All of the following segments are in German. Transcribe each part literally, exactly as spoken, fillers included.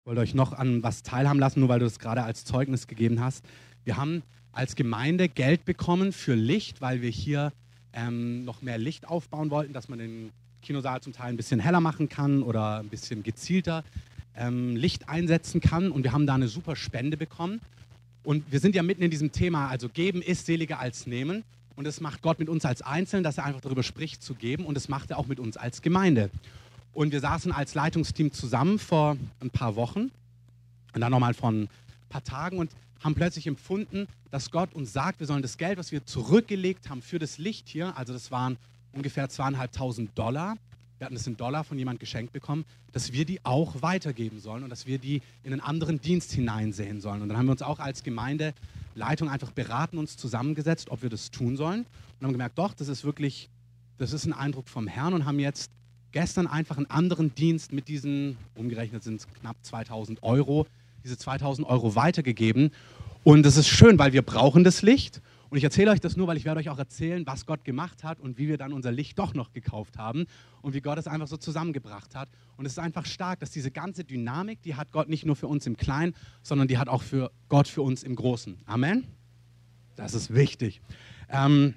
Ich wollte euch noch an was teilhaben lassen, nur weil du das gerade als Zeugnis gegeben hast. Wir haben als Gemeinde Geld bekommen für Licht, weil wir hier ähm, noch mehr Licht aufbauen wollten, dass man den Kinosaal zum Teil ein bisschen heller machen kann oder ein bisschen gezielter ähm, Licht einsetzen kann. Und wir haben da eine super Spende bekommen. Und wir sind ja mitten in diesem Thema, also geben ist seliger als nehmen. Und das macht Gott mit uns als Einzelnen, dass er einfach darüber spricht, zu geben. Und das macht er auch mit uns als Gemeinde. Und wir saßen als Leitungsteam zusammen vor ein paar Wochen und dann nochmal vor ein paar Tagen und haben plötzlich empfunden, dass Gott uns sagt, wir sollen das Geld, was wir zurückgelegt haben für das Licht hier, also das waren ungefähr zweieinhalbtausend Dollar, wir hatten das in Dollar von jemandem geschenkt bekommen, dass wir die auch weitergeben sollen und dass wir die in einen anderen Dienst hineinsehen sollen. Und dann haben wir uns auch als Gemeindeleitung einfach beraten, uns zusammengesetzt, ob wir das tun sollen und haben gemerkt, doch, das ist wirklich, das ist ein Eindruck vom Herrn und haben jetzt gestern einfach einen anderen Dienst mit diesen, umgerechnet sind es knapp zweitausend Euro, diese zweitausend Euro weitergegeben. Und das ist schön, weil wir brauchen das Licht. Und ich erzähle euch das nur, weil ich werde euch auch erzählen, was Gott gemacht hat und wie wir dann unser Licht doch noch gekauft haben und wie Gott es einfach so zusammengebracht hat. Und es ist einfach stark, dass diese ganze Dynamik, die hat Gott nicht nur für uns im Kleinen, sondern die hat auch für Gott für uns im Großen. Amen? Das ist wichtig. Ähm,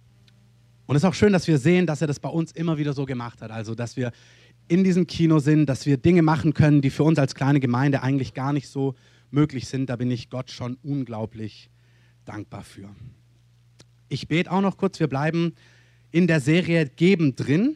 Und es ist auch schön, dass wir sehen, dass er das bei uns immer wieder so gemacht hat. Also, dass wir in diesem Kino sind, dass wir Dinge machen können, die für uns als kleine Gemeinde eigentlich gar nicht so möglich sind. Da bin ich Gott schon unglaublich dankbar für. Ich bete auch noch kurz. Wir bleiben in der Serie Geben drin.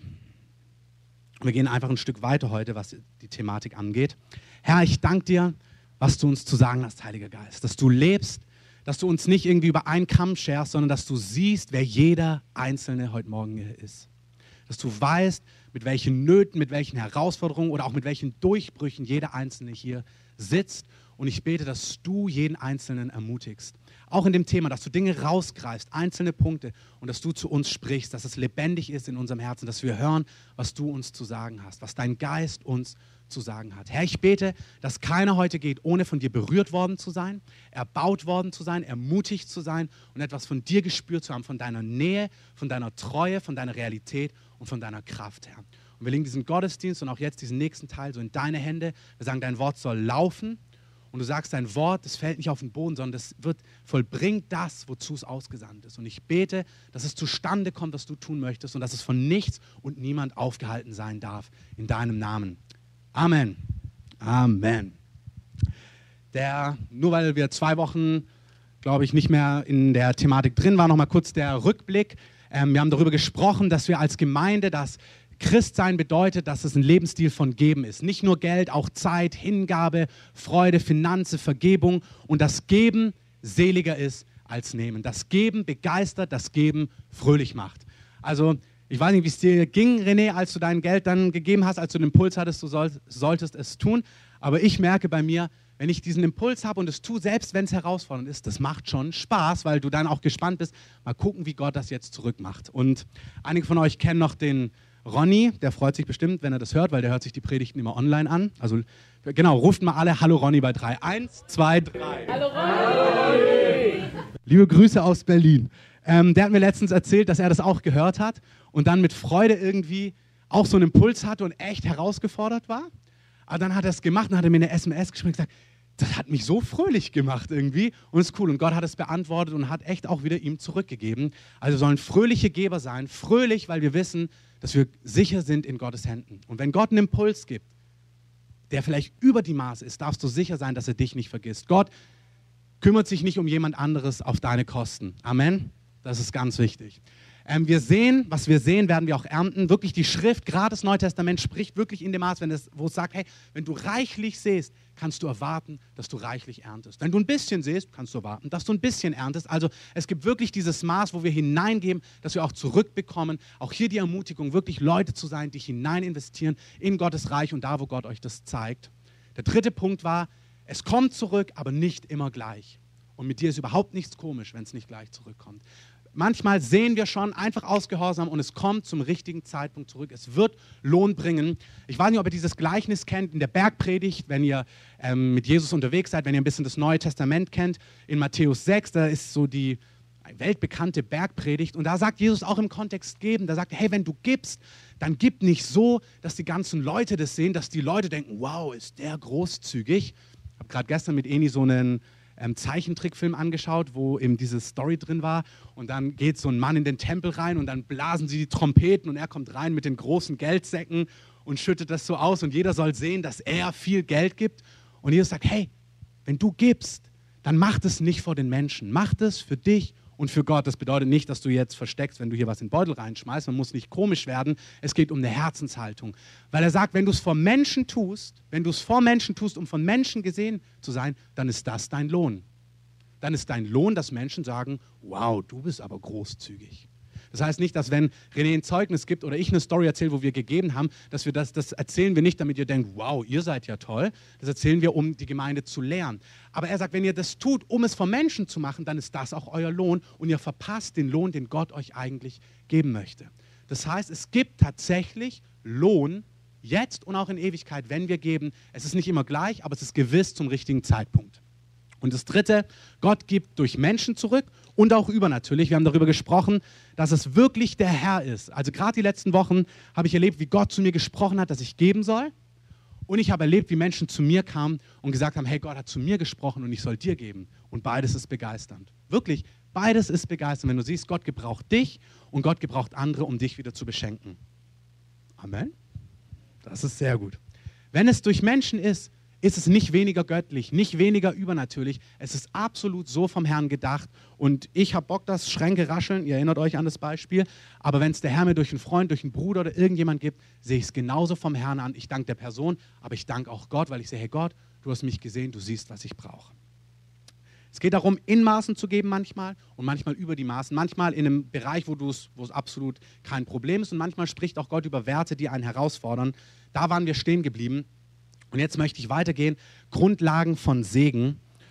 Wir gehen einfach ein Stück weiter heute, was die Thematik angeht. Herr, ich danke dir, was du uns zu sagen hast, Heiliger Geist. Dass du lebst, dass du uns nicht irgendwie über einen Kamm scherst, sondern dass du siehst, wer jeder Einzelne heute Morgen hier ist. Dass du weißt, mit welchen Nöten, mit welchen Herausforderungen oder auch mit welchen Durchbrüchen jeder Einzelne hier sitzt. Und ich bete, dass du jeden Einzelnen ermutigst. Auch in dem Thema, dass du Dinge rausgreifst, einzelne Punkte und dass du zu uns sprichst, dass es lebendig ist in unserem Herzen, dass wir hören, was du uns zu sagen hast, was dein Geist uns zu sagen hat. Herr, ich bete, dass keiner heute geht, ohne von dir berührt worden zu sein, erbaut worden zu sein, ermutigt zu sein und etwas von dir gespürt zu haben, von deiner Nähe, von deiner Treue, von deiner Realität und von deiner Kraft, Herr. Und wir legen diesen Gottesdienst und auch jetzt diesen nächsten Teil so in deine Hände. Wir sagen, dein Wort soll laufen. Und du sagst, dein Wort, das fällt nicht auf den Boden, sondern das wird, vollbringt das, wozu es ausgesandt ist. Und ich bete, dass es zustande kommt, was du tun möchtest und dass es von nichts und niemand aufgehalten sein darf. In deinem Namen. Amen. Amen. Der, nur weil wir zwei Wochen, glaube ich, nicht mehr in der Thematik drin waren, nochmal kurz der Rückblick. Ähm, wir haben darüber gesprochen, dass wir als Gemeinde das Christsein bedeutet, dass es ein Lebensstil von Geben ist. Nicht nur Geld, auch Zeit, Hingabe, Freude, Finanzen, Vergebung. Und das Geben seliger ist als Nehmen. Das Geben begeistert, das Geben fröhlich macht. Also, ich weiß nicht, wie es dir ging, René, als du dein Geld dann gegeben hast, als du den Impuls hattest, du soll, solltest es tun. Aber ich merke bei mir, wenn ich diesen Impuls habe und es tue, selbst wenn es herausfordernd ist, das macht schon Spaß, weil du dann auch gespannt bist, mal gucken, wie Gott das jetzt zurückmacht. Und einige von euch kennen noch den Ronny, der freut sich bestimmt, wenn er das hört, weil der hört sich die Predigten immer online an. Also genau, ruft mal alle Hallo Ronny bei drei. Eins, zwei, drei. Hallo Ronny! Hallo Ronny! Liebe Grüße aus Berlin. Ähm, der hat mir letztens erzählt, dass er das auch gehört hat und dann mit Freude irgendwie auch so einen Impuls hatte und echt herausgefordert war. Aber dann hat er es gemacht und hat er mir eine S M S geschrieben und gesagt, das hat mich so fröhlich gemacht irgendwie und ist cool. Und Gott hat es beantwortet und hat echt auch wieder ihm zurückgegeben. Also sollen fröhliche Geber sein, fröhlich, weil wir wissen, dass wir sicher sind in Gottes Händen. Und wenn Gott einen Impuls gibt, der vielleicht über die Maße ist, darfst du sicher sein, dass er dich nicht vergisst. Gott kümmert sich nicht um jemand anderes auf deine Kosten. Amen. Das ist ganz wichtig. Ähm, wir sehen, was wir sehen, werden wir auch ernten. Wirklich die Schrift, gerade das Neue Testament, spricht wirklich in dem Maß, wenn es, wo es sagt, hey, wenn du reichlich sähst, kannst du erwarten, dass du reichlich erntest. Wenn du ein bisschen sähst, kannst du erwarten, dass du ein bisschen erntest. Also es gibt wirklich dieses Maß, wo wir hineingeben, dass wir auch zurückbekommen. Auch hier die Ermutigung, wirklich Leute zu sein, die hinein investieren in Gottes Reich und da, wo Gott euch das zeigt. Der dritte Punkt war, es kommt zurück, aber nicht immer gleich. Und mit dir ist überhaupt nichts komisch, wenn es nicht gleich zurückkommt. Manchmal sehen wir schon einfach aus Gehorsam und es kommt zum richtigen Zeitpunkt zurück. Es wird Lohn bringen. Ich weiß nicht, ob ihr dieses Gleichnis kennt in der Bergpredigt, wenn ihr ähm, mit Jesus unterwegs seid, wenn ihr ein bisschen das Neue Testament kennt. In Matthäus sechs, da ist so die eine weltbekannte Bergpredigt. Und da sagt Jesus auch im Kontext geben, da sagt er, hey, wenn du gibst, dann gib nicht so, dass die ganzen Leute das sehen, dass die Leute denken, wow, ist der großzügig. Ich habe gerade gestern mit Eni so einen ähm, Zeichentrickfilm angeschaut, wo eben diese Story drin war. Und dann geht so ein Mann in den Tempel rein und dann blasen sie die Trompeten und er kommt rein mit den großen Geldsäcken und schüttet das so aus und jeder soll sehen, dass er viel Geld gibt. Und Jesus sagt, hey, wenn du gibst, dann mach das nicht vor den Menschen. Mach das für dich und für Gott. Das bedeutet nicht, dass du jetzt versteckst, wenn du hier was in den Beutel reinschmeißt. Man muss nicht komisch werden. Es geht um eine Herzenshaltung. Weil er sagt, wenn du es vor Menschen tust, wenn du es vor Menschen tust, um von Menschen gesehen zu sein, dann ist das dein Lohn. Dann ist dein Lohn, dass Menschen sagen, wow, du bist aber großzügig. Das heißt nicht, dass wenn René ein Zeugnis gibt oder ich eine Story erzähle, wo wir gegeben haben, dass wir das, das erzählen wir nicht, damit ihr denkt, wow, ihr seid ja toll. Das erzählen wir, um die Gemeinde zu lernen. Aber er sagt, wenn ihr das tut, um es von Menschen zu machen, dann ist das auch euer Lohn und ihr verpasst den Lohn, den Gott euch eigentlich geben möchte. Das heißt, es gibt tatsächlich Lohn jetzt und auch in Ewigkeit, wenn wir geben. Es ist nicht immer gleich, aber es ist gewiss zum richtigen Zeitpunkt. Und das Dritte, Gott gibt durch Menschen zurück und auch übernatürlich. Wir haben darüber gesprochen, dass es wirklich der Herr ist. Also gerade die letzten Wochen habe ich erlebt, wie Gott zu mir gesprochen hat, dass ich geben soll. Und ich habe erlebt, wie Menschen zu mir kamen und gesagt haben, hey, Gott hat zu mir gesprochen und ich soll dir geben. Und beides ist begeisternd. Wirklich, beides ist begeisternd. Wenn du siehst, Gott gebraucht dich und Gott gebraucht andere, um dich wieder zu beschenken. Amen. Das ist sehr gut. Wenn es durch Menschen ist, ist es nicht weniger göttlich, nicht weniger übernatürlich. Es ist absolut so vom Herrn gedacht. Und ich habe Bock, dass Schränke rascheln. Ihr erinnert euch an das Beispiel. Aber wenn es der Herr mir durch einen Freund, durch einen Bruder oder irgendjemand gibt, sehe ich es genauso vom Herrn an. Ich danke der Person, aber ich danke auch Gott, weil ich sehe, hey Gott, du hast mich gesehen, du siehst, was ich brauche. Es geht darum, in Maßen zu geben manchmal und manchmal über die Maßen. Manchmal in einem Bereich, wo es absolut kein Problem ist. Und manchmal spricht auch Gott über Werte, die einen herausfordern. Da waren wir stehen geblieben. Und jetzt möchte ich weitergehen, Grundlagen von Segen.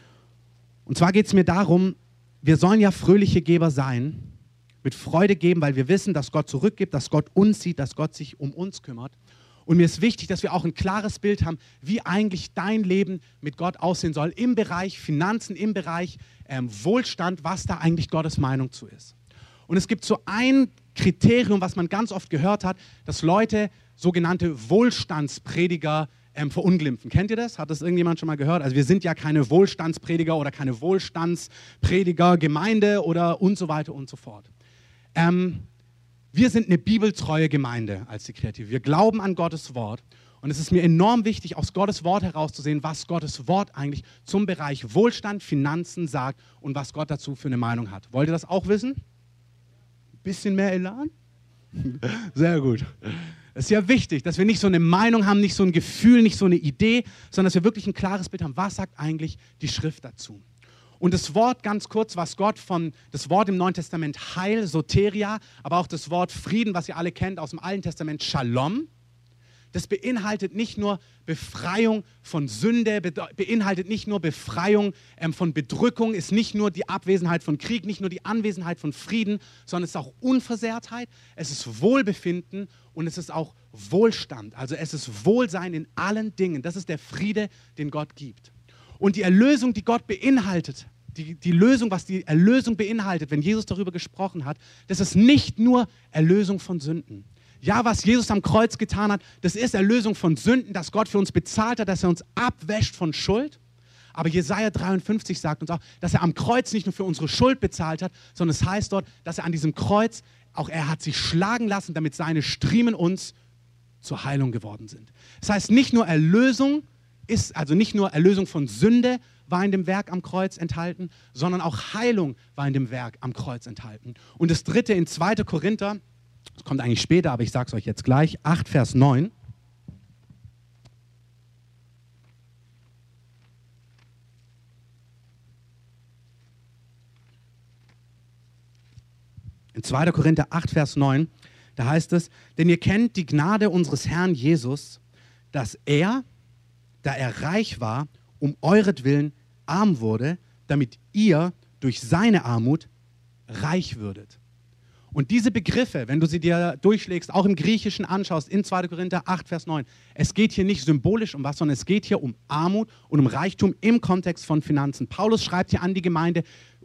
Und zwar geht es mir darum, wir sollen ja fröhliche Geber sein, mit Freude geben, weil wir wissen, dass Gott zurückgibt, dass Gott uns sieht, dass Gott sich um uns kümmert. Und mir ist wichtig, dass wir auch ein klares Bild haben, wie eigentlich dein Leben mit Gott aussehen soll, im Bereich Finanzen, im Bereich ähm, Wohlstand, was da eigentlich Gottes Meinung zu ist. Und es gibt so ein Kriterium, was man ganz oft gehört hat, dass Leute sogenannte Wohlstandsprediger Ähm, verunglimpfen. Kennt ihr das? Hat das irgendjemand schon mal gehört? Also wir sind ja keine Wohlstandsprediger oder keine Wohlstandsprediger, Gemeinde oder und so weiter und so fort. Ähm, wir sind eine bibeltreue Gemeinde als die Kreative. Wir glauben an Gottes Wort und es ist mir enorm wichtig, aus Gottes Wort herauszusehen, was Gottes Wort eigentlich zum Bereich Wohlstand, Finanzen sagt und was Gott dazu für eine Meinung hat. Wollt ihr das auch wissen? Ein bisschen mehr Elan? Sehr gut. Es ist ja wichtig, dass wir nicht so eine Meinung haben, nicht so ein Gefühl, nicht so eine Idee, sondern dass wir wirklich ein klares Bild haben, was sagt eigentlich die Schrift dazu. Und das Wort, ganz kurz, was Gott von, das Wort im Neuen Testament Heil, Soteria, aber auch das Wort Frieden, was ihr alle kennt aus dem Alten Testament Shalom, das beinhaltet nicht nur Befreiung von Sünde, beinhaltet nicht nur Befreiung ähm, von Bedrückung, ist nicht nur die Abwesenheit von Krieg, nicht nur die Anwesenheit von Frieden, sondern es ist auch Unversehrtheit, es ist Wohlbefinden und es ist auch Wohlstand. Also es ist Wohlsein in allen Dingen. Das ist der Friede, den Gott gibt. Und die Erlösung, die Gott beinhaltet, die, die Lösung, was die Erlösung beinhaltet, wenn Jesus darüber gesprochen hat, das ist nicht nur Erlösung von Sünden. Ja, was Jesus am Kreuz getan hat, das ist Erlösung von Sünden, dass Gott für uns bezahlt hat, dass er uns abwäscht von Schuld. Aber Jesaja dreiundfünfzig sagt uns auch, dass er am Kreuz nicht nur für unsere Schuld bezahlt hat, sondern es heißt dort, dass er an diesem Kreuz, auch er hat sich schlagen lassen, damit seine Striemen uns zur Heilung geworden sind. Das heißt, nicht nur Erlösung ist, also nicht nur Erlösung von Sünde war in dem Werk am Kreuz enthalten, sondern auch Heilung war in dem Werk am Kreuz enthalten. Und das dritte in zweiter Korinther, das kommt eigentlich später, aber ich sage es euch jetzt gleich, acht, Vers neun. In zweiter Korinther acht, Vers neun, da heißt es, denn ihr kennt die Gnade unseres Herrn Jesus, dass er, da er reich war, um euretwillen arm wurde, damit ihr durch seine Armut reich würdet. Und diese Begriffe, wenn du sie dir durchschlägst, auch im Griechischen anschaust, in zweiter Korinther acht, Vers neun, es geht hier nicht symbolisch um was, sondern es geht hier um Armut und um Reichtum im Kontext von Finanzen. Paulus schreibt hier an die Gemeinde,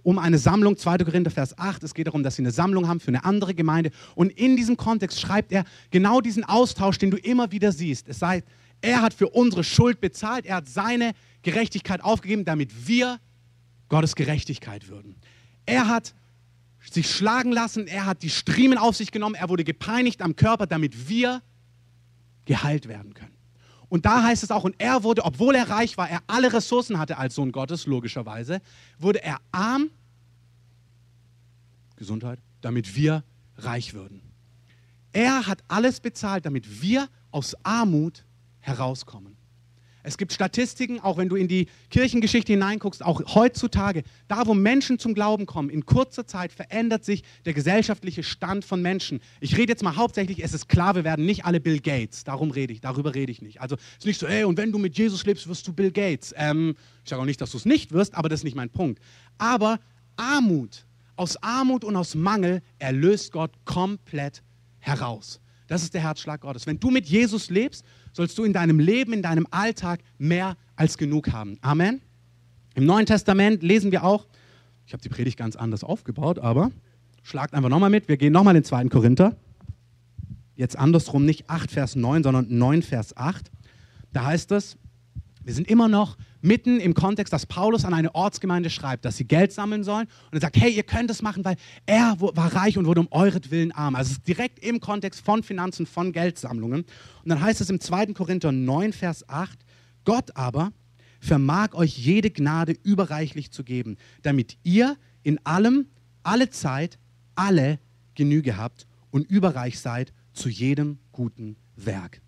um eine Sammlung, zweiter Korinther, Vers acht. Es geht darum, dass sie eine Sammlung haben für eine andere Gemeinde. Und in diesem Kontext schreibt er genau diesen Austausch, den du immer wieder siehst. Es sei, er hat für unsere Schuld bezahlt, er hat seine Gerechtigkeit aufgegeben, damit wir Gottes Gerechtigkeit würden. Er hat sich schlagen lassen, er hat die Striemen auf sich genommen, er wurde gepeinigt am Körper, damit wir geheilt werden können. Und da heißt es auch, und er wurde, obwohl er reich war, er alle Ressourcen hatte als Sohn Gottes, logischerweise, wurde er arm, Gesundheit, damit wir reich würden. Er hat alles bezahlt, damit wir aus Armut herauskommen. Es gibt Statistiken, auch wenn du in die Kirchengeschichte hineinguckst, auch heutzutage, da wo Menschen zum Glauben kommen, in kurzer Zeit verändert sich der gesellschaftliche Stand von Menschen. Ich rede jetzt mal hauptsächlich, es ist klar, wir werden nicht alle Bill Gates, darum rede ich, darüber rede ich nicht. Also es ist nicht so, ey, und wenn du mit Jesus lebst, wirst du Bill Gates. Ähm, ich sage auch nicht, dass du es nicht wirst, aber das ist nicht mein Punkt. Aber Armut, aus Armut und aus Mangel erlöst Gott komplett heraus. Das ist der Herzschlag Gottes. Wenn du mit Jesus lebst, sollst du in deinem Leben, in deinem Alltag mehr als genug haben. Amen. Im Neuen Testament lesen wir auch, ich habe die Predigt ganz anders aufgebaut, aber schlagt einfach nochmal mit, wir gehen nochmal in den zweiten Korinther. Jetzt andersrum, nicht acht Vers neun, sondern neun Vers acht. Da heißt es, wir sind immer noch mitten im Kontext, dass Paulus an eine Ortsgemeinde schreibt, dass sie Geld sammeln sollen. Und er sagt, hey, ihr könnt es machen, weil er war reich und wurde um euretwillen arm. Also es ist direkt im Kontext von Finanzen, von Geldsammlungen. Und dann heißt es im zweiten Korinther neun, Vers acht, Gott aber vermag euch jede Gnade überreichlich zu geben, damit ihr in allem, alle Zeit, alle Genüge habt und überreich seid zu jedem guten Werk.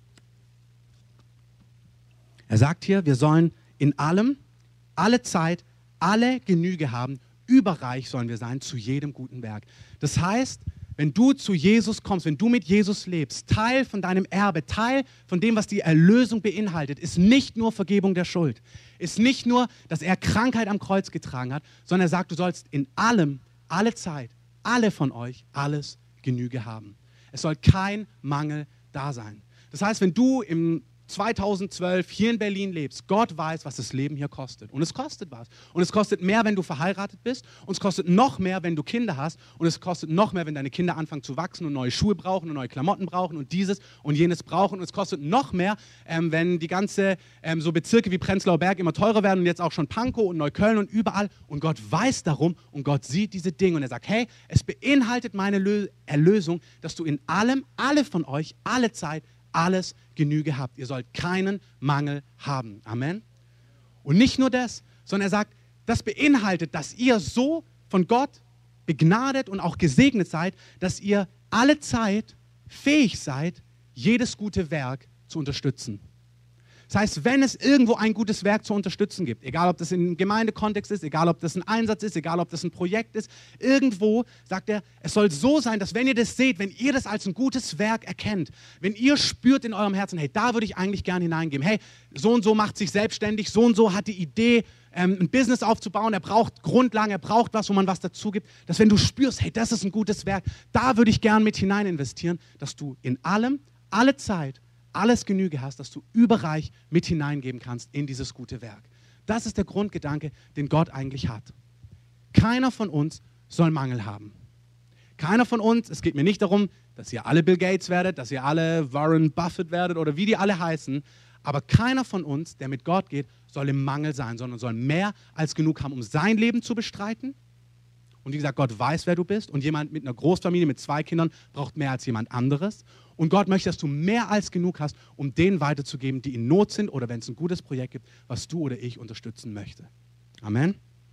Er sagt hier, wir sollen in allem, alle Zeit, alle Genüge haben, überreich sollen wir sein zu jedem guten Werk. Das heißt, wenn du zu Jesus kommst, wenn du mit Jesus lebst, Teil von deinem Erbe, Teil von dem, was die Erlösung beinhaltet, ist nicht nur Vergebung der Schuld, ist nicht nur, dass er Krankheit am Kreuz getragen hat, sondern er sagt, du sollst in allem, alle Zeit, alle von euch, alles Genüge haben. Es soll kein Mangel da sein. Das heißt, wenn du im zweitausendzwölf hier in Berlin lebst, Gott weiß, was das Leben hier kostet. Und es kostet was. Und es kostet mehr, wenn du verheiratet bist. Und es kostet noch mehr, wenn du Kinder hast. Und es kostet noch mehr, wenn deine Kinder anfangen zu wachsen und neue Schuhe brauchen und neue Klamotten brauchen und dieses und jenes brauchen. Und es kostet noch mehr, ähm, wenn die ganze ähm, so Bezirke wie Prenzlauer Berg immer teurer werden und jetzt auch schon Pankow und Neukölln und überall. Und Gott weiß darum und Gott sieht diese Dinge. Und er sagt, hey, es beinhaltet meine Lö- Erlösung, dass du in allem, alle von euch, alle Zeit, alles Genüge habt. Ihr sollt keinen Mangel haben. Amen. Und nicht nur das, sondern er sagt, das beinhaltet, dass ihr so von Gott begnadet und auch gesegnet seid, dass ihr alle Zeit fähig seid, jedes gute Werk zu unterstützen. Das heißt, wenn es irgendwo ein gutes Werk zu unterstützen gibt, egal ob das im Gemeindekontext ist, egal ob das ein Einsatz ist, egal ob das ein Projekt ist, irgendwo sagt er, es soll so sein, dass wenn ihr das seht, wenn ihr das als ein gutes Werk erkennt, wenn ihr spürt in eurem Herzen, hey, da würde ich eigentlich gerne hineingeben, hey, so und so macht sich selbstständig, so und so hat die Idee, ähm, ein Business aufzubauen, er braucht Grundlagen, er braucht was, wo man was dazu gibt, dass wenn du spürst, hey, das ist ein gutes Werk, da würde ich gerne mit hinein investieren, dass du in allem, alle Zeit, alles Genüge hast, dass du überreich mit hineingeben kannst in dieses gute Werk. Das ist der Grundgedanke, den Gott eigentlich hat. Keiner von uns soll Mangel haben. Keiner von uns, es geht mir nicht darum, dass ihr alle Bill Gates werdet, dass ihr alle Warren Buffett werdet oder wie die alle heißen, aber keiner von uns, der mit Gott geht, soll im Mangel sein, sondern soll mehr als genug haben, um sein Leben zu bestreiten. Und wie gesagt, Gott weiß, wer du bist. Und jemand mit einer Großfamilie, mit zwei Kindern, braucht mehr als jemand anderes. Und Gott möchte, dass du mehr als genug hast, um denen weiterzugeben, die in Not sind oder wenn es ein gutes Projekt gibt, was du oder ich unterstützen möchte. Amen.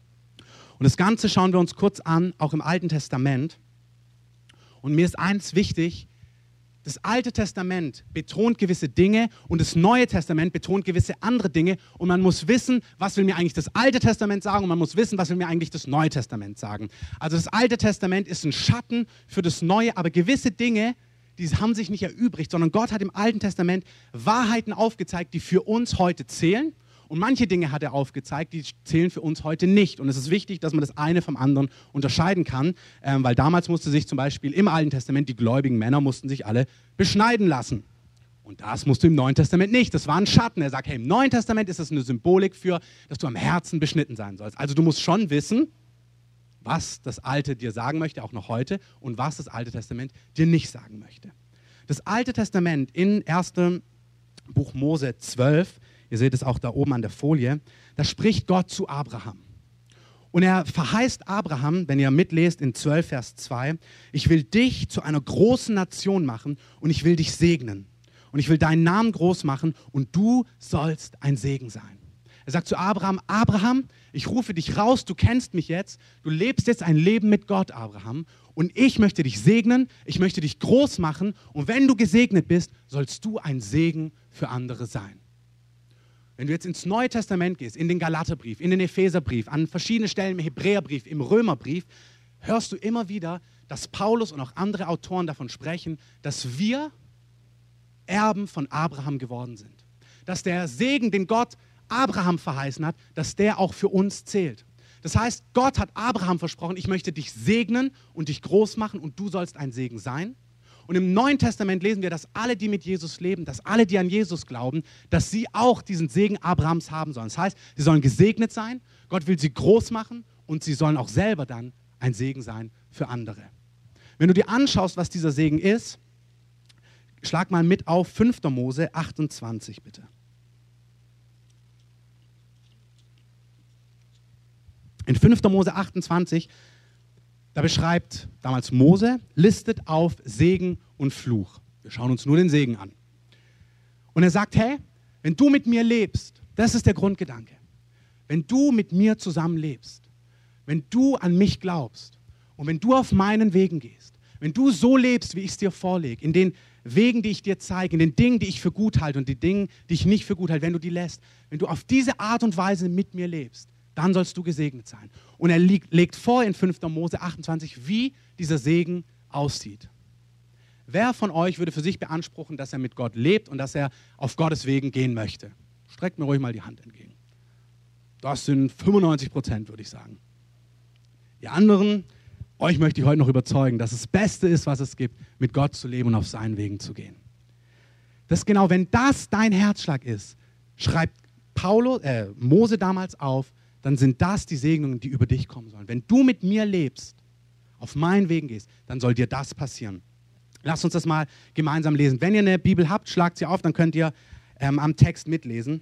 Und das Ganze schauen wir uns kurz an, auch im Alten Testament. Und mir ist eins wichtig, das Alte Testament betont gewisse Dinge und das Neue Testament betont gewisse andere Dinge. Und man muss wissen, was will mir eigentlich das Alte Testament sagen und man muss wissen, was will mir eigentlich das Neue Testament sagen. Also das Alte Testament ist ein Schatten für das Neue, aber gewisse Dinge, die haben sich nicht erübrigt, sondern Gott hat im Alten Testament Wahrheiten aufgezeigt, die für uns heute zählen. Und manche Dinge hat er aufgezeigt, die zählen für uns heute nicht. Und es ist wichtig, dass man das eine vom anderen unterscheiden kann, ähm, weil damals musste sich zum Beispiel im Alten Testament, die gläubigen Männer mussten sich alle beschneiden lassen. Und das musst du im Neuen Testament nicht. Das war ein Schatten. Er sagt, hey, im Neuen Testament ist es eine Symbolik für, dass du am Herzen beschnitten sein sollst. Also du musst schon wissen, was das Alte dir sagen möchte, auch noch heute, und was das Alte Testament dir nicht sagen möchte. Das Alte Testament in ersten Buch Mose zwölf, ihr seht es auch da oben an der Folie, da spricht Gott zu Abraham. Und er verheißt Abraham, wenn ihr mitlest in zwölf, Vers zwei, ich will dich zu einer großen Nation machen und ich will dich segnen. Und ich will deinen Namen groß machen und du sollst ein Segen sein. Er sagt zu Abraham, Abraham, ich rufe dich raus, du kennst mich jetzt, du lebst jetzt ein Leben mit Gott, Abraham. Und ich möchte dich segnen, ich möchte dich groß machen und wenn du gesegnet bist, sollst du ein Segen für andere sein. Wenn du jetzt ins Neue Testament gehst, in den Galaterbrief, in den Epheserbrief, an verschiedene Stellen im Hebräerbrief, im Römerbrief, hörst du immer wieder, dass Paulus und auch andere Autoren davon sprechen, dass wir Erben von Abraham geworden sind. Dass der Segen, den Gott Abraham verheißen hat, dass der auch für uns zählt. Das heißt, Gott hat Abraham versprochen, ich möchte dich segnen und dich groß machen und du sollst ein Segen sein. Und im Neuen Testament lesen wir, dass alle, die mit Jesus leben, dass alle, die an Jesus glauben, dass sie auch diesen Segen Abrahams haben sollen. Das heißt, sie sollen gesegnet sein, Gott will sie groß machen und sie sollen auch selber dann ein Segen sein für andere. Wenn du dir anschaust, was dieser Segen ist, schlag mal mit auf fünfter Mose achtundzwanzig, bitte. In fünfter Mose achtundzwanzig, da beschreibt damals Mose, listet auf Segen und Fluch. Wir schauen uns nur den Segen an. Und er sagt, hey, wenn du mit mir lebst, das ist der Grundgedanke. Wenn du mit mir zusammen lebst, wenn du an mich glaubst und wenn du auf meinen Wegen gehst, wenn du so lebst, wie ich es dir vorlege, in den Wegen, die ich dir zeige, in den Dingen, die ich für gut halte und die Dinge, die ich nicht für gut halte, wenn du die lässt, wenn du auf diese Art und Weise mit mir lebst, dann sollst du gesegnet sein. Und er legt vor in fünfter Mose achtundzwanzig, wie dieser Segen aussieht. Wer von euch würde für sich beanspruchen, dass er mit Gott lebt und dass er auf Gottes Wegen gehen möchte? Streckt mir ruhig mal die Hand entgegen. Das sind fünfundneunzig Prozent, würde ich sagen. Die anderen, euch möchte ich heute noch überzeugen, dass das Beste ist, was es gibt, mit Gott zu leben und auf seinen Wegen zu gehen. Das ist genau, wenn das dein Herzschlag ist, schreibt Paulus, äh, Mose damals auf, dann sind das die Segnungen, die über dich kommen sollen. Wenn du mit mir lebst, auf meinen Wegen gehst, dann soll dir das passieren. Lasst uns das mal gemeinsam lesen. Wenn ihr eine Bibel habt, schlagt sie auf, dann könnt ihr ähm, am Text mitlesen.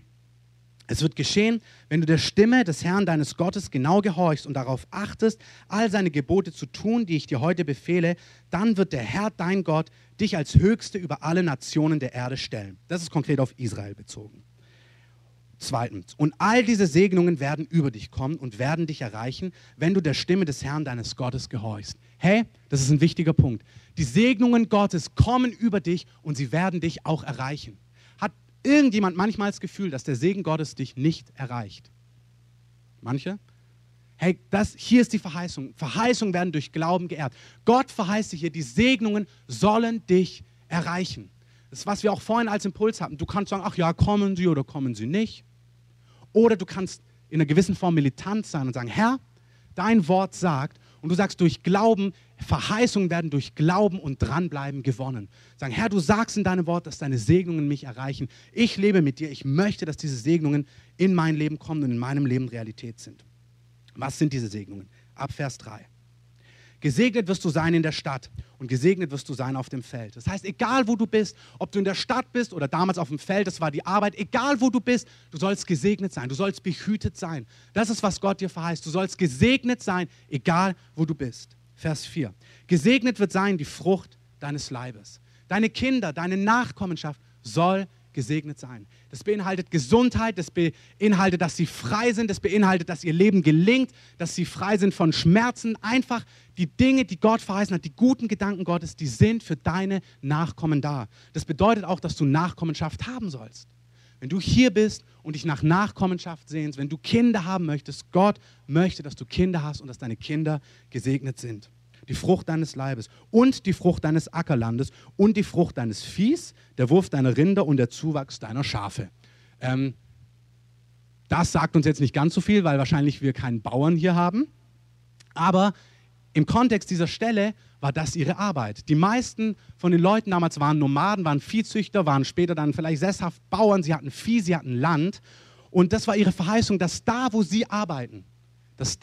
Es wird geschehen, wenn du der Stimme des Herrn deines Gottes genau gehorchst und darauf achtest, all seine Gebote zu tun, die ich dir heute befehle, dann wird der Herr, dein Gott, dich als Höchste über alle Nationen der Erde stellen. Das ist konkret auf Israel bezogen. Zweitens, und all diese Segnungen werden über dich kommen und werden dich erreichen, wenn du der Stimme des Herrn deines Gottes gehorchst. Hey, das ist ein wichtiger Punkt. Die Segnungen Gottes kommen über dich und sie werden dich auch erreichen. Hat irgendjemand manchmal das Gefühl, dass der Segen Gottes dich nicht erreicht? Manche? Hey, das, hier ist die Verheißung. Verheißungen werden durch Glauben geerbt. Gott verheißt dir hier, die Segnungen sollen dich erreichen. Das ist, was wir auch vorhin als Impuls hatten. Du kannst sagen, ach ja, kommen sie oder kommen sie nicht. Oder du kannst in einer gewissen Form militant sein und sagen, Herr, dein Wort sagt, und du sagst durch Glauben, Verheißungen werden durch Glauben und Dranbleiben gewonnen. Sagen, Herr, du sagst in deinem Wort, dass deine Segnungen mich erreichen. Ich lebe mit dir, ich möchte, dass diese Segnungen in mein Leben kommen und in meinem Leben Realität sind. Was sind diese Segnungen? Ab Vers drei. Gesegnet wirst du sein in der Stadt und gesegnet wirst du sein auf dem Feld. Das heißt, egal wo du bist, ob du in der Stadt bist oder damals auf dem Feld, das war die Arbeit, egal wo du bist, du sollst gesegnet sein, du sollst behütet sein. Das ist, was Gott dir verheißt. Du sollst gesegnet sein, egal wo du bist. Vers vier. Gesegnet wird sein die Frucht deines Leibes. Deine Kinder, deine Nachkommenschaft soll gesegnet sein. Das beinhaltet Gesundheit, das beinhaltet, dass sie frei sind, das beinhaltet, dass ihr Leben gelingt, dass sie frei sind von Schmerzen. Einfach die Dinge, die Gott verheißen hat, die guten Gedanken Gottes, die sind für deine Nachkommen da. Das bedeutet auch, dass du Nachkommenschaft haben sollst. Wenn du hier bist und dich nach Nachkommenschaft sehnst, wenn du Kinder haben möchtest, Gott möchte, dass du Kinder hast und dass deine Kinder gesegnet sind. Die Frucht deines Leibes und die Frucht deines Ackerlandes und die Frucht deines Viehs, der Wurf deiner Rinder und der Zuwachs deiner Schafe. Ähm, das sagt uns jetzt nicht ganz so viel, weil wahrscheinlich wir keinen Bauern hier haben. Aber im Kontext dieser Stelle war das ihre Arbeit. Die meisten von den Leuten damals waren Nomaden, waren Viehzüchter, waren später dann vielleicht sesshaft Bauern. Sie hatten Vieh, sie hatten Land. Und das war ihre Verheißung, dass da, wo sie arbeiten, dass das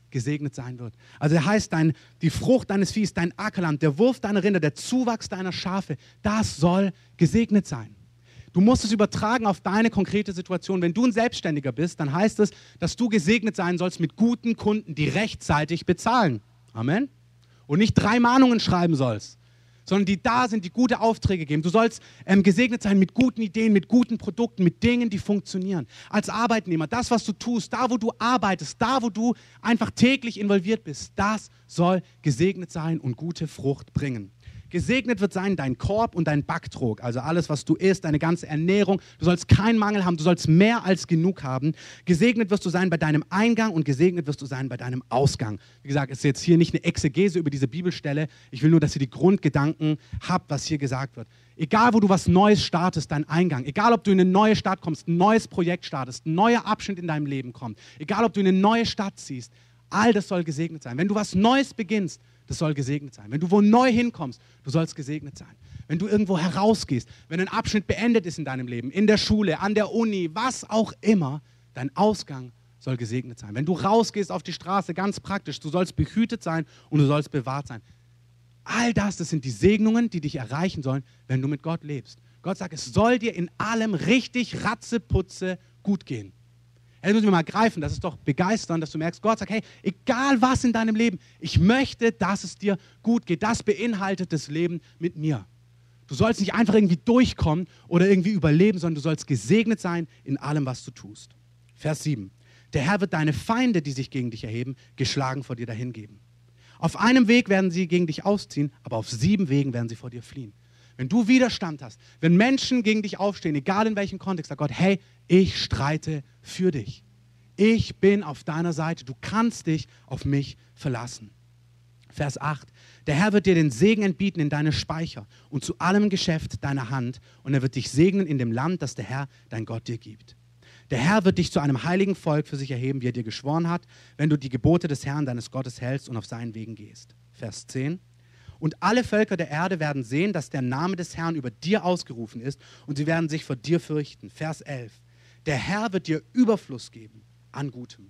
gesegnet sein wird. Also er heißt, dein, die Frucht deines Viehs, dein Ackerland, der Wurf deiner Rinder, der Zuwachs deiner Schafe, das soll gesegnet sein. Du musst es übertragen auf deine konkrete Situation. Wenn du ein Selbstständiger bist, dann heißt es, dass du gesegnet sein sollst mit guten Kunden, die rechtzeitig bezahlen. Amen. Und nicht drei Mahnungen schreiben sollst, sondern die da sind, die gute Aufträge geben. Du sollst ähm, gesegnet sein mit guten Ideen, mit guten Produkten, mit Dingen, die funktionieren. Als Arbeitnehmer, das, was du tust, da, wo du arbeitest, da, wo du einfach täglich involviert bist, das soll gesegnet sein und gute Frucht bringen. Gesegnet wird sein dein Korb und dein Backtrog, also alles, was du isst, deine ganze Ernährung. Du sollst keinen Mangel haben, du sollst mehr als genug haben. Gesegnet wirst du sein bei deinem Eingang und gesegnet wirst du sein bei deinem Ausgang. Wie gesagt, es ist jetzt hier nicht eine Exegese über diese Bibelstelle. Ich will nur, dass ihr die Grundgedanken habt, was hier gesagt wird. Egal, wo du was Neues startest, dein Eingang, egal, ob du in eine neue Stadt kommst, ein neues Projekt startest, ein neuer Abschnitt in deinem Leben kommt, egal, ob du in eine neue Stadt ziehst, all das soll gesegnet sein. Wenn du was Neues beginnst, das soll gesegnet sein. Wenn du wo neu hinkommst, du sollst gesegnet sein. Wenn du irgendwo herausgehst, wenn ein Abschnitt beendet ist in deinem Leben, in der Schule, an der Uni, was auch immer, dein Ausgang soll gesegnet sein. Wenn du rausgehst auf die Straße, ganz praktisch, du sollst behütet sein und du sollst bewahrt sein. All das, das sind die Segnungen, die dich erreichen sollen, wenn du mit Gott lebst. Gott sagt, es soll dir in allem richtig ratzeputze gut gehen. Das müssen wir mal greifen, das ist doch begeisternd, dass du merkst, Gott sagt, hey, egal was in deinem Leben, ich möchte, dass es dir gut geht. Das beinhaltet das Leben mit mir. Du sollst nicht einfach irgendwie durchkommen oder irgendwie überleben, sondern du sollst gesegnet sein in allem, was du tust. Vers sieben. Der Herr wird deine Feinde, die sich gegen dich erheben, geschlagen vor dir dahingeben. Auf einem Weg werden sie gegen dich ausziehen, aber auf sieben Wegen werden sie vor dir fliehen. Wenn du Widerstand hast, wenn Menschen gegen dich aufstehen, egal in welchem Kontext, sagt Gott, hey, ich streite für dich. Ich bin auf deiner Seite. Du kannst dich auf mich verlassen. Vers acht. Der Herr wird dir den Segen entbieten in deine Speicher und zu allem Geschäft deiner Hand und er wird dich segnen in dem Land, das der Herr, dein Gott, dir gibt. Der Herr wird dich zu einem heiligen Volk für sich erheben, wie er dir geschworen hat, wenn du die Gebote des Herrn, deines Gottes, hältst und auf seinen Wegen gehst. Vers zehn. Und alle Völker der Erde werden sehen, dass der Name des Herrn über dir ausgerufen ist und sie werden sich vor dir fürchten. Vers elf. Der Herr wird dir Überfluss geben an Gutem.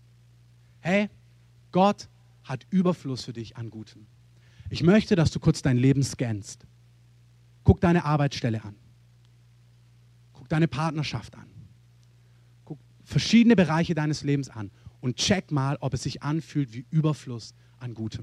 Hey, Gott hat Überfluss für dich an Gutem. Ich möchte, dass du kurz dein Leben scannst. Guck deine Arbeitsstelle an. Guck deine Partnerschaft an. Guck verschiedene Bereiche deines Lebens an und check mal, ob es sich anfühlt wie Überfluss an Gutem.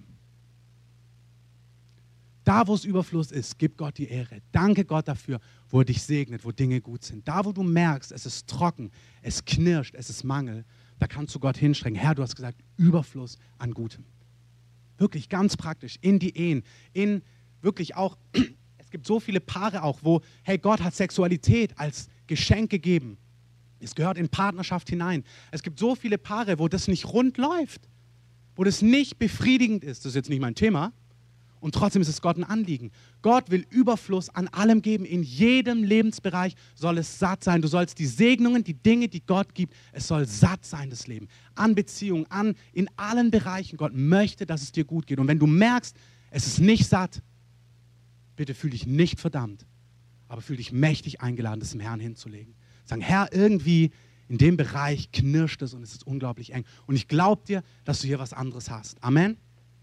Da, wo es Überfluss ist, gib Gott die Ehre. Danke Gott dafür, wo er dich segnet, wo Dinge gut sind. Da, wo du merkst, es ist trocken, es knirscht, es ist Mangel, da kannst du Gott hinstrecken. Herr, du hast gesagt, Überfluss an Gutem. Wirklich ganz praktisch, in die Ehen, in wirklich auch, es gibt so viele Paare auch, wo, hey, Gott hat Sexualität als Geschenk gegeben. Es gehört in Partnerschaft hinein. Es gibt so viele Paare, wo das nicht rund läuft, wo das nicht befriedigend ist. Das ist jetzt nicht mein Thema. Und trotzdem ist es Gott ein Anliegen. Gott will Überfluss an allem geben. In jedem Lebensbereich soll es satt sein. Du sollst die Segnungen, die Dinge, die Gott gibt, es soll satt sein, das Leben. An Beziehungen, an, in allen Bereichen. Gott möchte, dass es dir gut geht. Und wenn du merkst, es ist nicht satt, bitte fühl dich nicht verdammt, aber fühl dich mächtig eingeladen, das dem Herrn hinzulegen. Sagen, Herr, irgendwie in dem Bereich knirscht es und es ist unglaublich eng. Und ich glaube dir, dass du hier was anderes hast. Amen.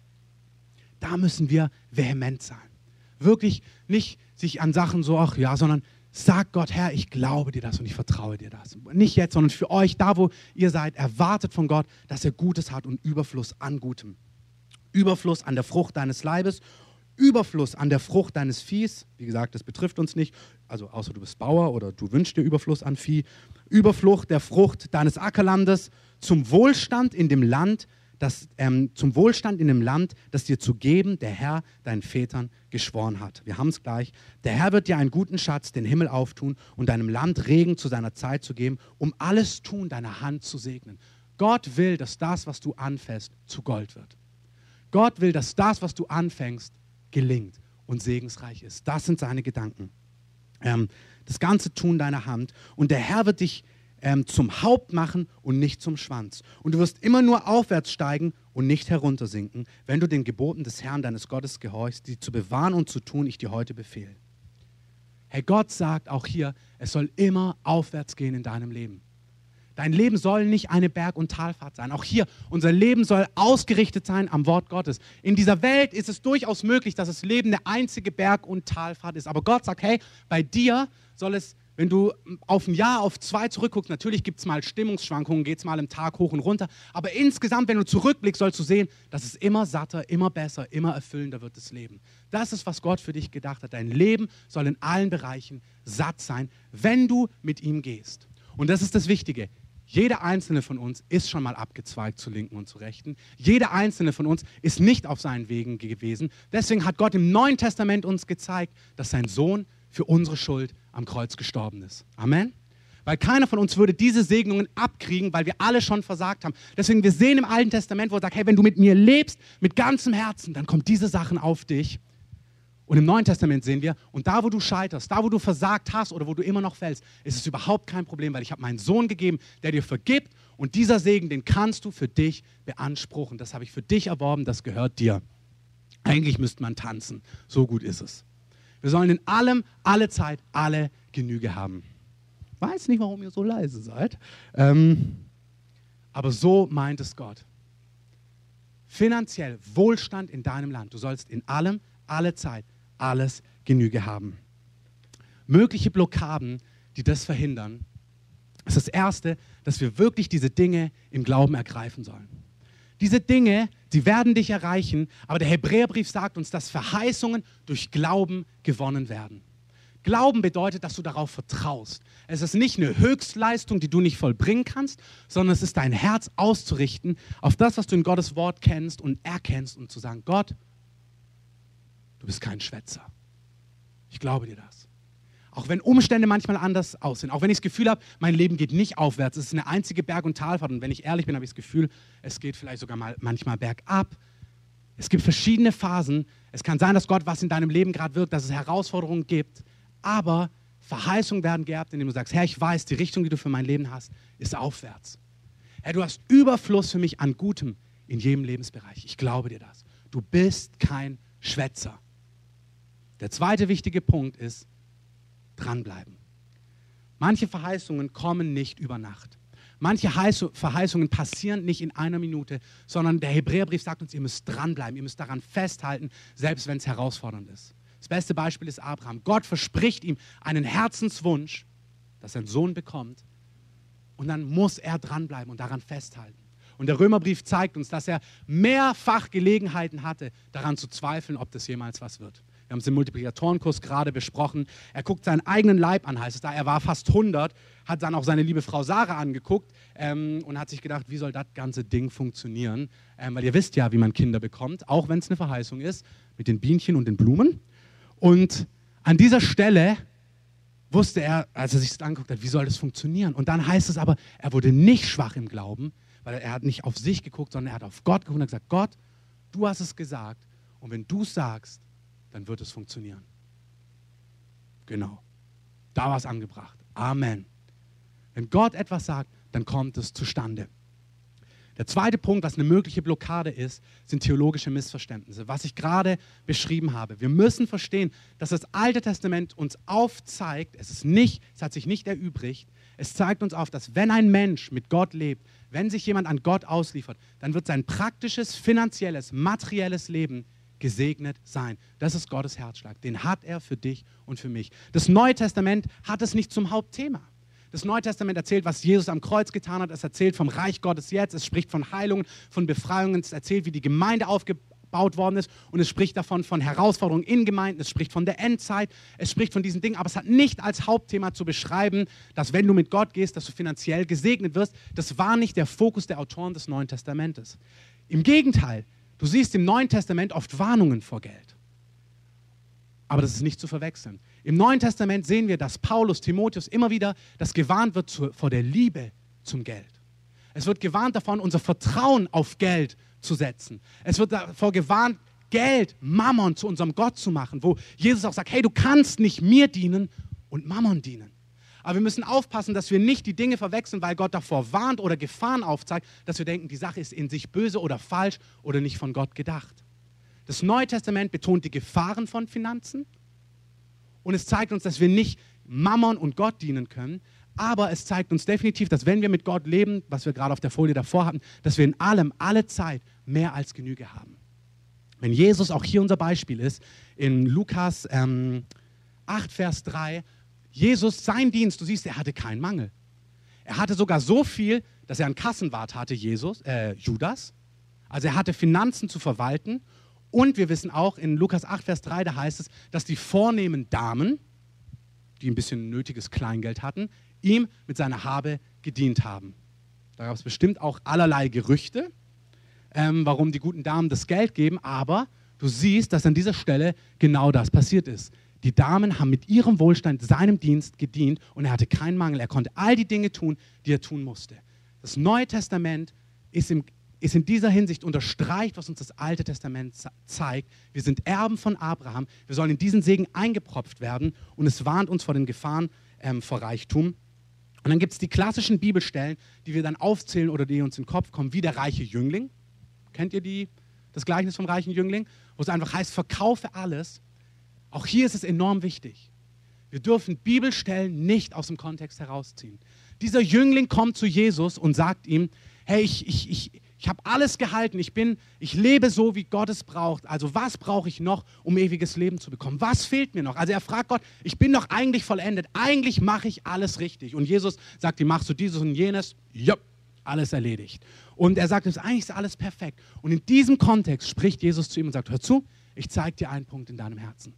Da müssen wir vehement sein. Wirklich nicht sich an Sachen so, ach ja, sondern sag Gott, Herr, ich glaube dir das und ich vertraue dir das. Nicht jetzt, sondern für euch, da wo ihr seid, erwartet von Gott, dass er Gutes hat und Überfluss an Gutem. Überfluss an der Frucht deines Leibes, Überfluss an der Frucht deines Viehs. Wie gesagt, das betrifft uns nicht, also außer du bist Bauer oder du wünschst dir Überfluss an Vieh. Überfluss der Frucht deines Ackerlandes zum Wohlstand in dem Land, Das, ähm, zum Wohlstand in dem Land, das dir zu geben, der Herr deinen Vätern geschworen hat. Wir haben es gleich. Der Herr wird dir einen guten Schatz, den Himmel auftun und deinem Land Regen zu seiner Zeit zu geben, um alles Tun deiner Hand zu segnen. Gott will, dass das, was du anfängst, zu Gold wird. Gott will, dass das, was du anfängst, gelingt und segensreich ist. Das sind seine Gedanken. Ähm, das ganze Tun deiner Hand. Und der Herr wird dich Ähm, zum Haupt machen und nicht zum Schwanz. Und du wirst immer nur aufwärts steigen und nicht heruntersinken, wenn du den Geboten des Herrn, deines Gottes, gehorchst, die zu bewahren und zu tun, ich dir heute befehle. Hey, Gott sagt auch hier, es soll immer aufwärts gehen in deinem Leben. Dein Leben soll nicht eine Berg- und Talfahrt sein. Auch hier, unser Leben soll ausgerichtet sein am Wort Gottes. In dieser Welt ist es durchaus möglich, dass das Leben eine einzige Berg- und Talfahrt ist. Aber Gott sagt, hey, bei dir soll es, wenn du auf ein Jahr, auf zwei zurückguckst, natürlich gibt es mal Stimmungsschwankungen, geht es mal im Tag hoch und runter. Aber insgesamt, wenn du zurückblickst, sollst du sehen, dass es immer satter, immer besser, immer erfüllender wird, das Leben. Das ist, was Gott für dich gedacht hat. Dein Leben soll in allen Bereichen satt sein, wenn du mit ihm gehst. Und das ist das Wichtige. Jeder einzelne von uns ist schon mal abgezweigt zur Linken und zur Rechten. Jeder einzelne von uns ist nicht auf seinen Wegen gewesen. Deswegen hat Gott im Neuen Testament uns gezeigt, dass sein Sohn für unsere Schuld am Kreuz gestorben ist. Amen. Weil keiner von uns würde diese Segnungen abkriegen, weil wir alle schon versagt haben. Deswegen, wir sehen im Alten Testament, wo er sagt, hey, wenn du mit mir lebst, mit ganzem Herzen, dann kommen diese Sachen auf dich. Und im Neuen Testament sehen wir, und da, wo du scheiterst, da, wo du versagt hast oder wo du immer noch fällst, ist es überhaupt kein Problem, weil ich habe meinen Sohn gegeben, der dir vergibt, und dieser Segen, den kannst du für dich beanspruchen. Das habe ich für dich erworben, das gehört dir. Eigentlich müsste man tanzen, so gut ist es. Wir sollen in allem, alle Zeit, alle Genüge haben. Ich weiß nicht, warum ihr so leise seid, ähm, aber so meint es Gott. Finanziell Wohlstand in deinem Land. Du sollst in allem, alle Zeit, alles Genüge haben. Mögliche Blockaden, die das verhindern, ist das Erste, dass wir wirklich diese Dinge im Glauben ergreifen sollen. Diese Dinge, die werden dich erreichen, aber der Hebräerbrief sagt uns, dass Verheißungen durch Glauben gewonnen werden. Glauben bedeutet, dass du darauf vertraust. Es ist nicht eine Höchstleistung, die du nicht vollbringen kannst, sondern es ist dein Herz auszurichten auf das, was du in Gottes Wort kennst und erkennst und zu sagen, Gott, du bist kein Schwätzer. Ich glaube dir das. Auch wenn Umstände manchmal anders aussehen, auch wenn ich das Gefühl habe, mein Leben geht nicht aufwärts, es ist eine einzige Berg- und Talfahrt, und wenn ich ehrlich bin, habe ich das Gefühl, es geht vielleicht sogar mal manchmal bergab. Es gibt verschiedene Phasen. Es kann sein, dass Gott was in deinem Leben gerade wirkt, dass es Herausforderungen gibt, aber Verheißungen werden geerbt, indem du sagst, Herr, ich weiß, die Richtung, die du für mein Leben hast, ist aufwärts. Herr, du hast Überfluss für mich an Gutem in jedem Lebensbereich. Ich glaube dir das. Du bist kein Schwätzer. Der zweite wichtige Punkt ist, dranbleiben. Manche Verheißungen kommen nicht über Nacht. Manche Verheißungen passieren nicht in einer Minute, sondern der Hebräerbrief sagt uns, ihr müsst dranbleiben, ihr müsst daran festhalten, selbst wenn es herausfordernd ist. Das beste Beispiel ist Abraham. Gott verspricht ihm einen Herzenswunsch, dass er einen Sohn bekommt, und dann muss er dranbleiben und daran festhalten. Und der Römerbrief zeigt uns, dass er mehrfach Gelegenheiten hatte, daran zu zweifeln, ob das jemals was wird. Wir haben es im Multiplikatorenkurs gerade besprochen. Er guckt seinen eigenen Leib an, heißt es da. Er war fast hundert, hat dann auch seine liebe Frau Sarah angeguckt ähm, und hat sich gedacht, wie soll das ganze Ding funktionieren? Ähm, weil ihr wisst ja, wie man Kinder bekommt, auch wenn es eine Verheißung ist, mit den Bienchen und den Blumen. Und an dieser Stelle wusste er, als er sich das angeguckt hat, wie soll das funktionieren? Und dann heißt es aber, er wurde nicht schwach im Glauben, weil er hat nicht auf sich geguckt, sondern er hat auf Gott geguckt und gesagt, Gott, du hast es gesagt, und wenn du es sagst, dann wird es funktionieren. Genau. Da war es angebracht. Amen. Wenn Gott etwas sagt, dann kommt es zustande. Der zweite Punkt, was eine mögliche Blockade ist, sind theologische Missverständnisse. Was ich gerade beschrieben habe. Wir müssen verstehen, dass das Alte Testament uns aufzeigt, es ist nicht, es hat sich nicht erübrigt, es zeigt uns auf, dass wenn ein Mensch mit Gott lebt, wenn sich jemand an Gott ausliefert, dann wird sein praktisches, finanzielles, materielles Leben gesegnet sein. Das ist Gottes Herzschlag. Den hat er für dich und für mich. Das Neue Testament hat es nicht zum Hauptthema. Das Neue Testament erzählt, was Jesus am Kreuz getan hat. Es erzählt vom Reich Gottes jetzt. Es spricht von Heilungen, von Befreiungen. Es erzählt, wie die Gemeinde aufgebaut worden ist. Und es spricht davon von Herausforderungen in Gemeinden. Es spricht von der Endzeit. Es spricht von diesen Dingen. Aber es hat nicht als Hauptthema zu beschreiben, dass wenn du mit Gott gehst, dass du finanziell gesegnet wirst. Das war nicht der Fokus der Autoren des Neuen Testamentes. Im Gegenteil. Du siehst im Neuen Testament oft Warnungen vor Geld. Aber das ist nicht zu verwechseln. Im Neuen Testament sehen wir, dass Paulus, Timotheus immer wieder das gewarnt wird zu, vor der Liebe zum Geld. Es wird gewarnt davon, unser Vertrauen auf Geld zu setzen. Es wird davor gewarnt, Geld, Mammon zu unserem Gott zu machen, wo Jesus auch sagt, hey, du kannst nicht mir dienen und Mammon dienen. Aber wir müssen aufpassen, dass wir nicht die Dinge verwechseln, weil Gott davor warnt oder Gefahren aufzeigt, dass wir denken, die Sache ist in sich böse oder falsch oder nicht von Gott gedacht. Das Neue Testament betont die Gefahren von Finanzen und es zeigt uns, dass wir nicht Mammon und Gott dienen können, Aber es zeigt uns definitiv, dass wenn wir mit Gott leben, was wir gerade auf der Folie davor hatten, dass wir in allem, alle Zeit mehr als Genüge haben. Wenn Jesus auch hier unser Beispiel ist, in Lukas ähm, acht, Vers drei, Jesus, sein Dienst, du siehst, er hatte keinen Mangel. Er hatte sogar so viel, dass er einen Kassenwart hatte, Jesus, äh, Judas. Also er hatte Finanzen zu verwalten. Und wir wissen auch, in Lukas acht, Vers drei, da heißt es, dass die vornehmen Damen, die ein bisschen nötiges Kleingeld hatten, ihm mit seiner Habe gedient haben. Da gab es bestimmt auch allerlei Gerüchte, ähm, warum die guten Damen das Geld geben, aber du siehst, dass an dieser Stelle genau das passiert ist. Die Damen haben mit ihrem Wohlstand seinem Dienst gedient und er hatte keinen Mangel. Er konnte all die Dinge tun, die er tun musste. Das Neue Testament ist, im, ist in dieser Hinsicht unterstreicht, was uns das Alte Testament zeigt. Wir sind Erben von Abraham. Wir sollen in diesen Segen eingepropft werden und es warnt uns vor den Gefahren ähm, vor Reichtum. Und dann gibt es die klassischen Bibelstellen, die wir dann aufzählen oder die uns in den Kopf kommen, wie der reiche Jüngling. Kennt ihr die, das Gleichnis vom reichen Jüngling? Wo es einfach heißt, verkaufe alles. Auch hier ist es enorm wichtig. Wir dürfen Bibelstellen nicht aus dem Kontext herausziehen. Dieser Jüngling kommt zu Jesus und sagt ihm, hey, ich, ich, ich, ich habe alles gehalten, ich, bin, ich lebe so, wie Gott es braucht. Also was brauche ich noch, um ewiges Leben zu bekommen? Was fehlt mir noch? Also er fragt Gott, ich bin doch eigentlich vollendet, eigentlich mache ich alles richtig. Und Jesus sagt ihm, machst du dieses und jenes? Ja, alles erledigt. Und er sagt, eigentlich ist alles perfekt. Und in diesem Kontext spricht Jesus zu ihm und sagt, hör zu, ich zeige dir einen Punkt in deinem Herzen.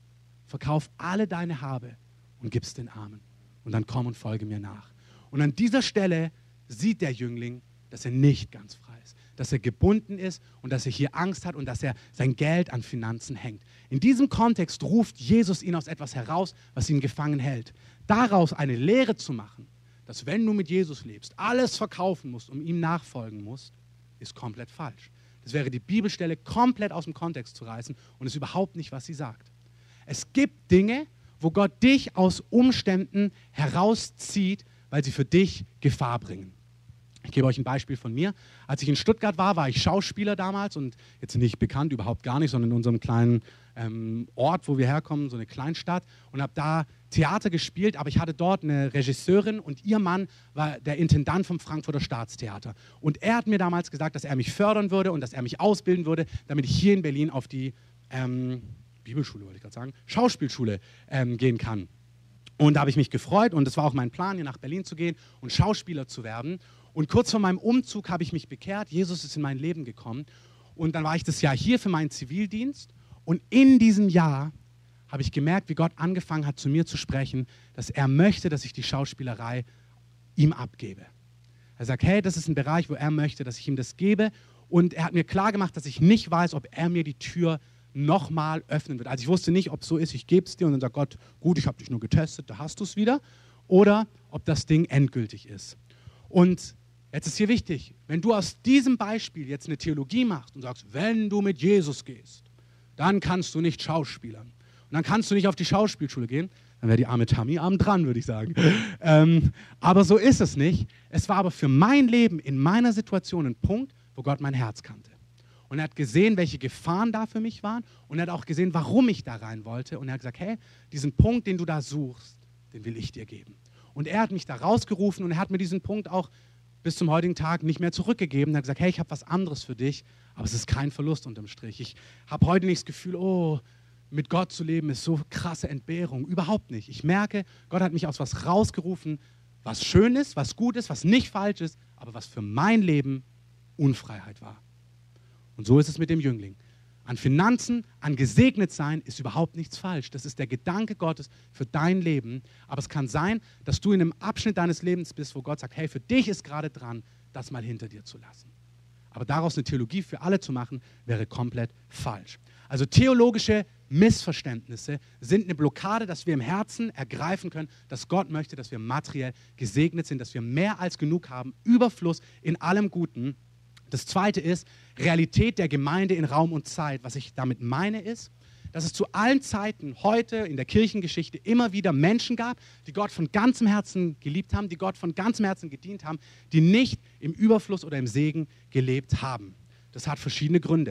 Verkauf alle deine Habe und gib's den Armen. Und dann komm und folge mir nach. Und an dieser Stelle sieht der Jüngling, dass er nicht ganz frei ist, dass er gebunden ist und dass er hier Angst hat und dass er sein Geld an Finanzen hängt. In diesem Kontext ruft Jesus ihn aus etwas heraus, was ihn gefangen hält. Daraus eine Lehre zu machen, dass wenn du mit Jesus lebst, alles verkaufen musst, um ihm nachfolgen musst, ist komplett falsch. Das wäre die Bibelstelle komplett aus dem Kontext zu reißen und ist überhaupt nicht, was sie sagt. Es gibt Dinge, wo Gott dich aus Umständen herauszieht, weil sie für dich Gefahr bringen. Ich gebe euch ein Beispiel von mir. Als ich in Stuttgart war, war ich Schauspieler damals und jetzt nicht bekannt, überhaupt gar nicht, sondern in unserem kleinen ähm, Ort, wo wir herkommen, so eine Kleinstadt, und habe da Theater gespielt, aber ich hatte dort eine Regisseurin und ihr Mann war der Intendant vom Frankfurter Staatstheater. Und er hat mir damals gesagt, dass er mich fördern würde und dass er mich ausbilden würde, damit ich hier in Berlin auf die ähm, Bibelschule, wollte ich gerade sagen, Schauspielschule ähm, gehen kann. Und da habe ich mich gefreut und es war auch mein Plan, hier nach Berlin zu gehen und Schauspieler zu werden. Und kurz vor meinem Umzug habe ich mich bekehrt. Jesus ist in mein Leben gekommen. Und dann war ich das Jahr hier für meinen Zivildienst. Und in diesem Jahr habe ich gemerkt, wie Gott angefangen hat, zu mir zu sprechen, dass er möchte, dass ich die Schauspielerei ihm abgebe. Er sagt, hey, das ist ein Bereich, wo er möchte, dass ich ihm das gebe. Und er hat mir klar gemacht, dass ich nicht weiß, ob er mir die Tür nochmal öffnen wird. Also ich wusste nicht, ob es so ist, ich gebe es dir und dann sagt Gott, gut, ich habe dich nur getestet, da hast du es wieder. Oder ob das Ding endgültig ist. Und jetzt ist hier wichtig, wenn du aus diesem Beispiel jetzt eine Theologie machst und sagst, wenn du mit Jesus gehst, dann kannst du nicht schauspielern. Und dann kannst du nicht auf die Schauspielschule gehen, dann wäre die arme Tammy arm dran, würde ich sagen. ähm, aber so ist es nicht. Es war aber für mein Leben in meiner Situation ein Punkt, wo Gott mein Herz kannte. Und er hat gesehen, welche Gefahren da für mich waren. Und er hat auch gesehen, warum ich da rein wollte. Und er hat gesagt, hey, diesen Punkt, den du da suchst, den will ich dir geben. Und er hat mich da rausgerufen und er hat mir diesen Punkt auch bis zum heutigen Tag nicht mehr zurückgegeben. Er hat gesagt, hey, ich habe was anderes für dich, aber es ist kein Verlust unterm Strich. Ich habe heute nicht das Gefühl, oh, mit Gott zu leben ist so krasse Entbehrung. Überhaupt nicht. Ich merke, Gott hat mich aus was rausgerufen, was schön ist, was gut ist, was nicht falsch ist, aber was für mein Leben Unfreiheit war. Und so ist es mit dem Jüngling. An Finanzen, an gesegnet sein ist überhaupt nichts falsch. Das ist der Gedanke Gottes für dein Leben. Aber es kann sein, dass du in einem Abschnitt deines Lebens bist, wo Gott sagt, hey, für dich ist gerade dran, das mal hinter dir zu lassen. Aber daraus eine Theologie für alle zu machen, wäre komplett falsch. Also theologische Missverständnisse sind eine Blockade, dass wir im Herzen ergreifen können, dass Gott möchte, dass wir materiell gesegnet sind, dass wir mehr als genug haben, Überfluss in allem Guten. Das Zweite ist Realität der Gemeinde in Raum und Zeit. Was ich damit meine ist, dass es zu allen Zeiten heute in der Kirchengeschichte immer wieder Menschen gab, die Gott von ganzem Herzen geliebt haben, die Gott von ganzem Herzen gedient haben, die nicht im Überfluss oder im Segen gelebt haben. Das hat verschiedene Gründe.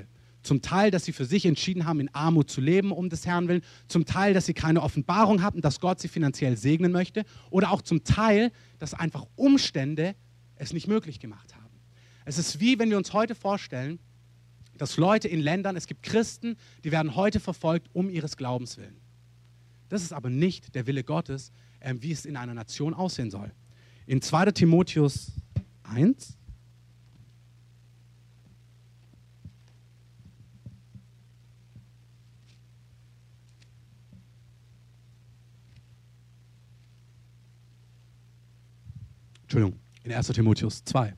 Zum Teil, dass sie für sich entschieden haben, in Armut zu leben, um des Herrn willen. Zum Teil, dass sie keine Offenbarung hatten, dass Gott sie finanziell segnen möchte. Oder auch zum Teil, dass einfach Umstände es nicht möglich gemacht haben. Es ist wie, wenn wir uns heute vorstellen, dass Leute in Ländern, es gibt Christen, die werden heute verfolgt um ihres Glaubens willen. Das ist aber nicht der Wille Gottes, äh, wie es in einer Nation aussehen soll. In zweiter Timotheus eins, Entschuldigung, in erster Timotheus zwei.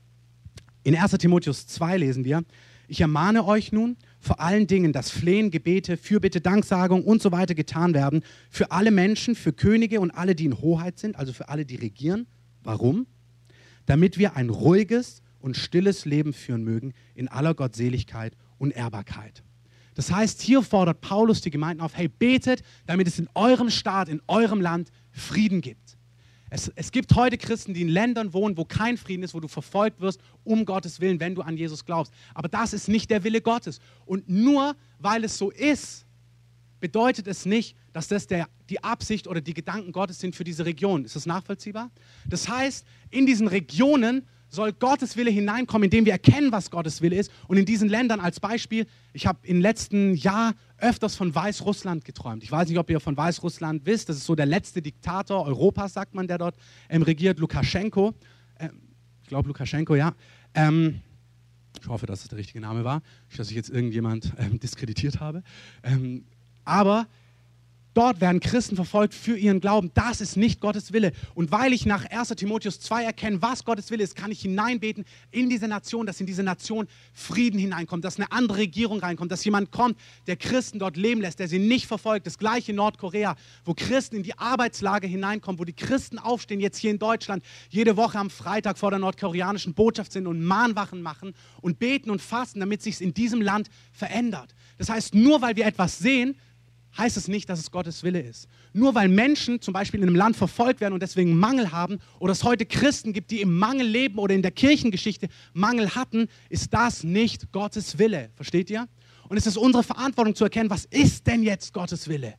In erster Timotheus zwei lesen wir: Ich ermahne euch nun vor allen Dingen, dass Flehen, Gebete, Fürbitte, Danksagung und so weiter getan werden für alle Menschen, für Könige und alle, die in Hoheit sind, also für alle, die regieren. Warum? Damit wir ein ruhiges und stilles Leben führen mögen in aller Gottseligkeit und Ehrbarkeit. Das heißt, hier fordert Paulus die Gemeinden auf: Hey, betet, damit es in eurem Staat, in eurem Land Frieden gibt. Es, es gibt heute Christen, die in Ländern wohnen, wo kein Frieden ist, wo du verfolgt wirst, um Gottes Willen, wenn du an Jesus glaubst. Aber das ist nicht der Wille Gottes. Und nur weil es so ist, bedeutet es nicht, dass das der, die Absicht oder die Gedanken Gottes sind für diese Region. Ist das nachvollziehbar? Das heißt, in diesen Regionen soll Gottes Wille hineinkommen, indem wir erkennen, was Gottes Wille ist. Und in diesen Ländern als Beispiel, ich habe im letzten Jahr öfters von Weißrussland geträumt. Ich weiß nicht, ob ihr von Weißrussland wisst. Das ist so der letzte Diktator Europas, sagt man, der dort ähm, regiert, Lukaschenko. Ähm, ich glaube Lukaschenko, ja. Ähm, ich hoffe, dass es der richtige Name war. Nicht, dass ich jetzt irgendjemand ähm, diskreditiert habe. Ähm, aber dort werden Christen verfolgt für ihren Glauben. Das ist nicht Gottes Wille. Und weil ich nach erster Timotheus zwei erkenne, was Gottes Wille ist, kann ich hineinbeten in diese Nation, dass in diese Nation Frieden hineinkommt, dass eine andere Regierung reinkommt, dass jemand kommt, der Christen dort leben lässt, der sie nicht verfolgt. Das gleiche in Nordkorea, wo Christen in die Arbeitslager hineinkommen, wo die Christen aufstehen, jetzt hier in Deutschland, jede Woche am Freitag vor der nordkoreanischen Botschaft sind und Mahnwachen machen und beten und fasten, damit sich es in diesem Land verändert. Das heißt, nur weil wir etwas sehen, heißt es nicht, dass es Gottes Wille ist. Nur weil Menschen zum Beispiel in einem Land verfolgt werden und deswegen Mangel haben oder es heute Christen gibt, die im Mangel leben oder in der Kirchengeschichte Mangel hatten, ist das nicht Gottes Wille. Versteht ihr? Und es ist unsere Verantwortung zu erkennen, was ist denn jetzt Gottes Wille?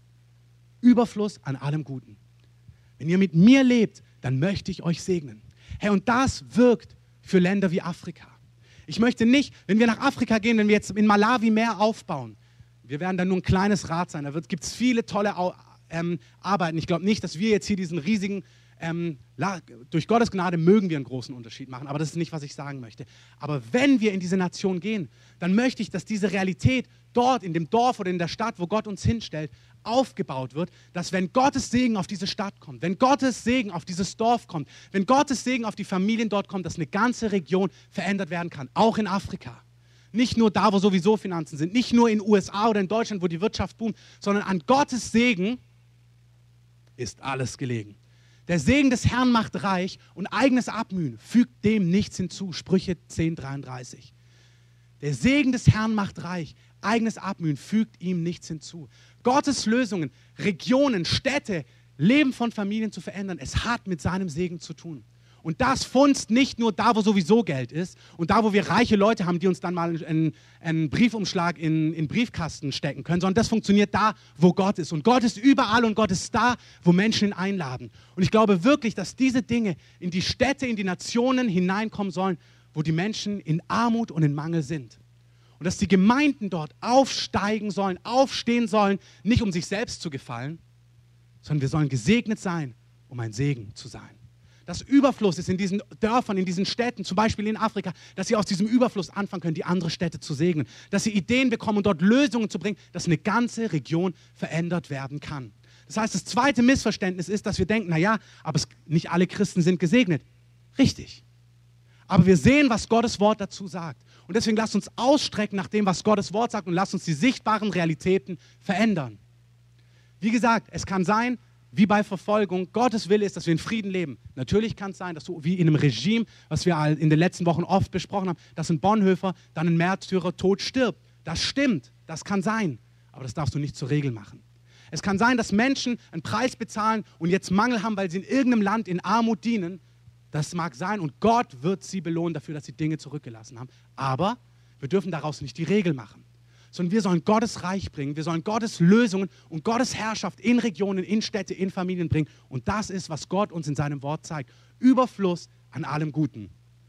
Überfluss an allem Guten. Wenn ihr mit mir lebt, dann möchte ich euch segnen. Hey, und das wirkt für Länder wie Afrika. Ich möchte nicht, wenn wir nach Afrika gehen, wenn wir jetzt in Malawi mehr aufbauen, wir werden dann nur ein kleines Rad sein. Da gibt es viele tolle ähm, Arbeiten. Ich glaube nicht, dass wir jetzt hier diesen riesigen, ähm, durch Gottes Gnade mögen wir einen großen Unterschied machen, aber das ist nicht, was ich sagen möchte. Aber wenn wir in diese Nation gehen, dann möchte ich, dass diese Realität dort in dem Dorf oder in der Stadt, wo Gott uns hinstellt, aufgebaut wird, dass wenn Gottes Segen auf diese Stadt kommt, wenn Gottes Segen auf dieses Dorf kommt, wenn Gottes Segen auf die Familien dort kommt, dass eine ganze Region verändert werden kann, auch in Afrika. Nicht nur da, wo sowieso Finanzen sind, nicht nur in den U S A oder in Deutschland, wo die Wirtschaft boomt, sondern an Gottes Segen ist alles gelegen. Der Segen des Herrn macht reich und eigenes Abmühen fügt dem nichts hinzu. Sprüche zehn dreiunddreißig. Der Segen des Herrn macht reich, eigenes Abmühen fügt ihm nichts hinzu. Gottes Lösungen, Regionen, Städte, Leben von Familien zu verändern, es hat mit seinem Segen zu tun. Und das funzt nicht nur da, wo sowieso Geld ist und da, wo wir reiche Leute haben, die uns dann mal einen, einen Briefumschlag in den Briefkasten stecken können, sondern das funktioniert da, wo Gott ist. Und Gott ist überall und Gott ist da, wo Menschen ihn einladen. Und ich glaube wirklich, dass diese Dinge in die Städte, in die Nationen hineinkommen sollen, wo die Menschen in Armut und in Mangel sind. Und dass die Gemeinden dort aufsteigen sollen, aufstehen sollen, nicht um sich selbst zu gefallen, sondern wir sollen gesegnet sein, um ein Segen zu sein. Dass Überfluss ist in diesen Dörfern, in diesen Städten, zum Beispiel in Afrika, dass sie aus diesem Überfluss anfangen können, die andere Städte zu segnen. Dass sie Ideen bekommen und dort Lösungen zu bringen, dass eine ganze Region verändert werden kann. Das heißt, das zweite Missverständnis ist, dass wir denken, naja, aber es, nicht alle Christen sind gesegnet. Richtig. Aber wir sehen, was Gottes Wort dazu sagt. Und deswegen lasst uns ausstrecken nach dem, was Gottes Wort sagt und lasst uns die sichtbaren Realitäten verändern. Wie gesagt, es kann sein, wie bei Verfolgung, Gottes Wille ist, dass wir in Frieden leben. Natürlich kann es sein, dass du wie in einem Regime, was wir in den letzten Wochen oft besprochen haben, dass ein Bonhoeffer dann ein Märtyrer tot stirbt. Das stimmt, das kann sein, aber das darfst du nicht zur Regel machen. Es kann sein, dass Menschen einen Preis bezahlen und jetzt Mangel haben, weil sie in irgendeinem Land in Armut dienen. Das mag sein und Gott wird sie belohnen dafür, dass sie Dinge zurückgelassen haben. Aber Wir dürfen daraus nicht die Regel machen, sondern wir sollen Gottes Reich bringen, wir sollen Gottes Lösungen und Gottes Herrschaft in Regionen, in Städte, in Familien bringen. Und das ist, was Gott uns in seinem Wort zeigt. Überfluss an allem Guten.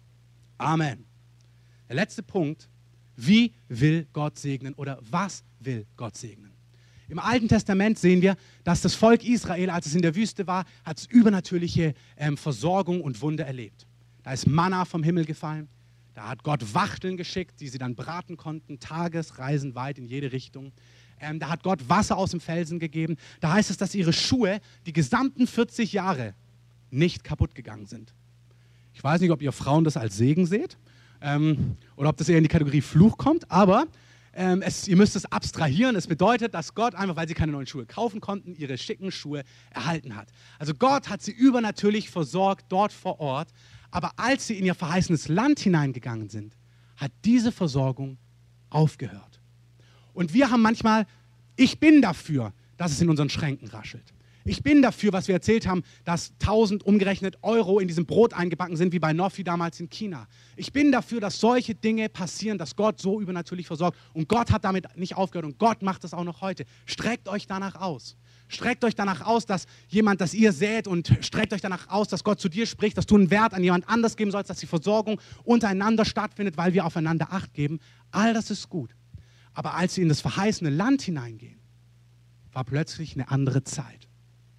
Amen. Der letzte Punkt, wie will Gott segnen oder was will Gott segnen? Im Alten Testament sehen wir, dass das Volk Israel, als es in der Wüste war, hat es übernatürliche ähm, Versorgung und Wunder erlebt. Da ist Manna vom Himmel gefallen, da hat Gott Wachteln geschickt, die sie dann braten konnten, Tagesreisen weit in jede Richtung. Ähm, da hat Gott Wasser aus dem Felsen gegeben. Da heißt es, dass ihre Schuhe die gesamten vierzig Jahre nicht kaputt gegangen sind. Ich weiß nicht, ob ihr Frauen das als Segen seht ähm, oder ob das eher in die Kategorie Fluch kommt, aber ähm, es, ihr müsst es abstrahieren. Es bedeutet, dass Gott einfach, weil sie keine neuen Schuhe kaufen konnten, ihre schicken Schuhe erhalten hat. Also Gott hat sie übernatürlich versorgt dort vor Ort, aber als sie in ihr verheißenes Land hineingegangen sind, hat diese Versorgung aufgehört. Und wir haben manchmal, ich bin dafür, dass es in unseren Schränken raschelt. Ich bin dafür, was wir erzählt haben, dass tausend umgerechnet Euro in diesem Brot eingebacken sind, wie bei Noffi damals in China. Ich bin dafür, dass solche Dinge passieren, dass Gott so übernatürlich versorgt. Und Gott hat damit nicht aufgehört und Gott macht das auch noch heute. Streckt euch danach aus. Streckt euch danach aus, dass jemand, dass ihr sät und streckt euch danach aus, dass Gott zu dir spricht, dass du einen Wert an jemand anders geben sollst, dass die Versorgung untereinander stattfindet, weil wir aufeinander Acht geben. All das ist gut. Aber als sie in das verheißene Land hineingehen, war plötzlich eine andere Zeit.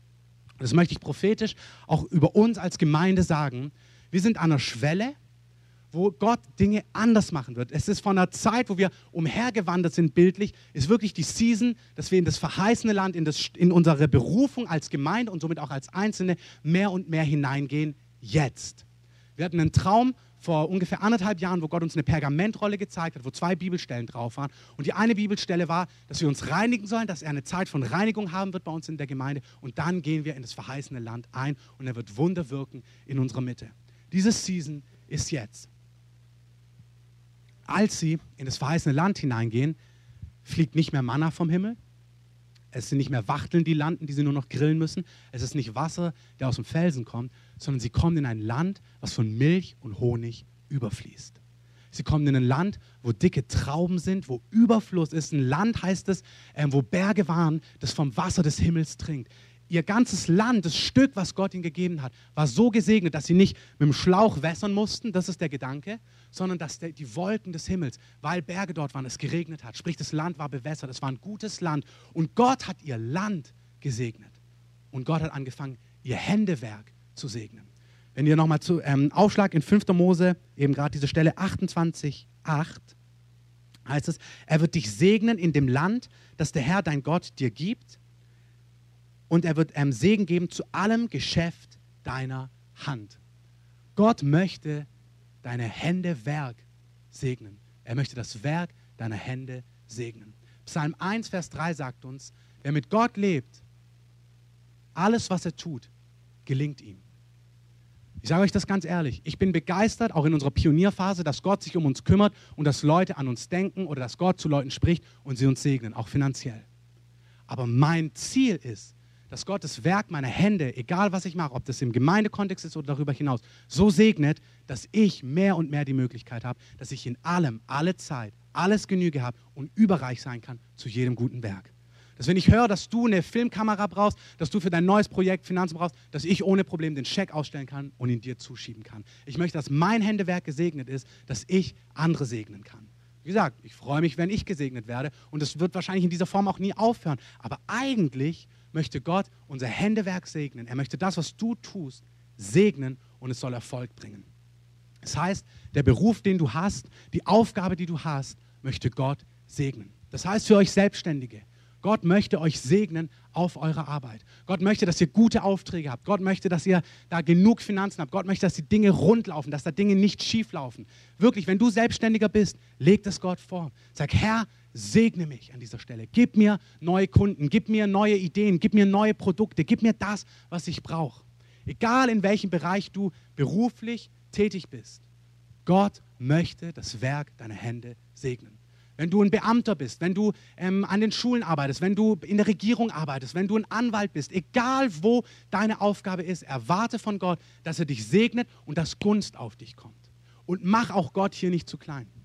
Das möchte ich prophetisch auch über uns als Gemeinde sagen. Wir sind an einer Schwelle, wo Gott Dinge anders machen wird. Es ist von einer Zeit, wo wir umhergewandert sind bildlich, ist wirklich die Season, dass wir in das verheißene Land, in, das, in unsere Berufung als Gemeinde und somit auch als Einzelne mehr und mehr hineingehen, jetzt. Wir hatten einen Traum vor ungefähr anderthalb Jahren, wo Gott uns eine Pergamentrolle gezeigt hat, wo zwei Bibelstellen drauf waren. Und die eine Bibelstelle war, dass wir uns reinigen sollen, dass er eine Zeit von Reinigung haben wird bei uns in der Gemeinde. Und dann gehen wir in das verheißene Land ein und er wird Wunder wirken in unserer Mitte. Diese Season ist jetzt. Als sie in das verheißene Land hineingehen, fliegt nicht mehr Manna vom Himmel. Es sind nicht mehr Wachteln, die landen, die sie nur noch grillen müssen. Es ist nicht Wasser, der aus dem Felsen kommt, sondern sie kommen in ein Land, was von Milch und Honig überfließt. Sie kommen in ein Land, wo dicke Trauben sind, wo Überfluss ist. Ein Land, heißt es, äh, wo Berge waren, das vom Wasser des Himmels trinkt. Ihr ganzes Land, das Stück, was Gott ihnen gegeben hat, war so gesegnet, dass sie nicht mit dem Schlauch wässern mussten, das ist der Gedanke, sondern dass der, die Wolken des Himmels, weil Berge dort waren, es geregnet hat. Sprich, das Land war bewässert, es war ein gutes Land. Und Gott hat ihr Land gesegnet. Und Gott hat angefangen, ihr Händewerk zu segnen. Wenn ihr nochmal zu ähm, Aufschlag in fünfter Mose, eben gerade diese Stelle achtundzwanzig, acht, heißt es, er wird dich segnen in dem Land, das der Herr, dein Gott, dir gibt. Und er wird ähm, Segen geben zu allem Geschäft deiner Hand. Gott möchte deine Hände Werk segnen. Er möchte das Werk deiner Hände segnen. Psalm eins, Vers drei sagt uns, wer mit Gott lebt, alles, was er tut, gelingt ihm. Ich sage euch das ganz ehrlich, ich bin begeistert, auch in unserer Pionierphase, dass Gott sich um uns kümmert und dass Leute an uns denken oder dass Gott zu Leuten spricht und sie uns segnen, auch finanziell. Aber mein Ziel ist, dass Gott das Werk meiner Hände, egal was ich mache, ob das im Gemeindekontext ist oder darüber hinaus, so segnet, dass ich mehr und mehr die Möglichkeit habe, dass ich in allem, alle Zeit, alles Genüge habe und überreich sein kann zu jedem guten Werk. Dass wenn ich höre, dass du eine Filmkamera brauchst, dass du für dein neues Projekt Finanzen brauchst, dass ich ohne Problem den Scheck ausstellen kann und ihn dir zuschieben kann. Ich möchte, dass mein Händewerk gesegnet ist, dass ich andere segnen kann. Wie gesagt, ich freue mich, wenn ich gesegnet werde und es wird wahrscheinlich in dieser Form auch nie aufhören. Aber eigentlich möchte Gott unser Händewerk segnen. Er möchte das, was du tust, segnen und es soll Erfolg bringen. Das heißt, der Beruf, den du hast, die Aufgabe, die du hast, möchte Gott segnen. Das heißt für euch Selbstständige, Gott möchte euch segnen auf eurer Arbeit. Gott möchte, dass ihr gute Aufträge habt. Gott möchte, dass ihr da genug Finanzen habt. Gott möchte, dass die Dinge rund laufen, dass da Dinge nicht schief laufen. Wirklich, wenn du Selbstständiger bist, leg das Gott vor. Sag, Herr, segne mich an dieser Stelle. Gib mir neue Kunden, gib mir neue Ideen, gib mir neue Produkte, gib mir das, was ich brauche. Egal in welchem Bereich du beruflich tätig bist, Gott möchte das Werk deiner Hände segnen. Wenn du ein Beamter bist, wenn du ähm, an den Schulen arbeitest, wenn du in der Regierung arbeitest, wenn du ein Anwalt bist, egal wo deine Aufgabe ist, erwarte von Gott, dass er dich segnet und dass Gunst auf dich kommt. Und mach auch Gott hier nicht zu klein.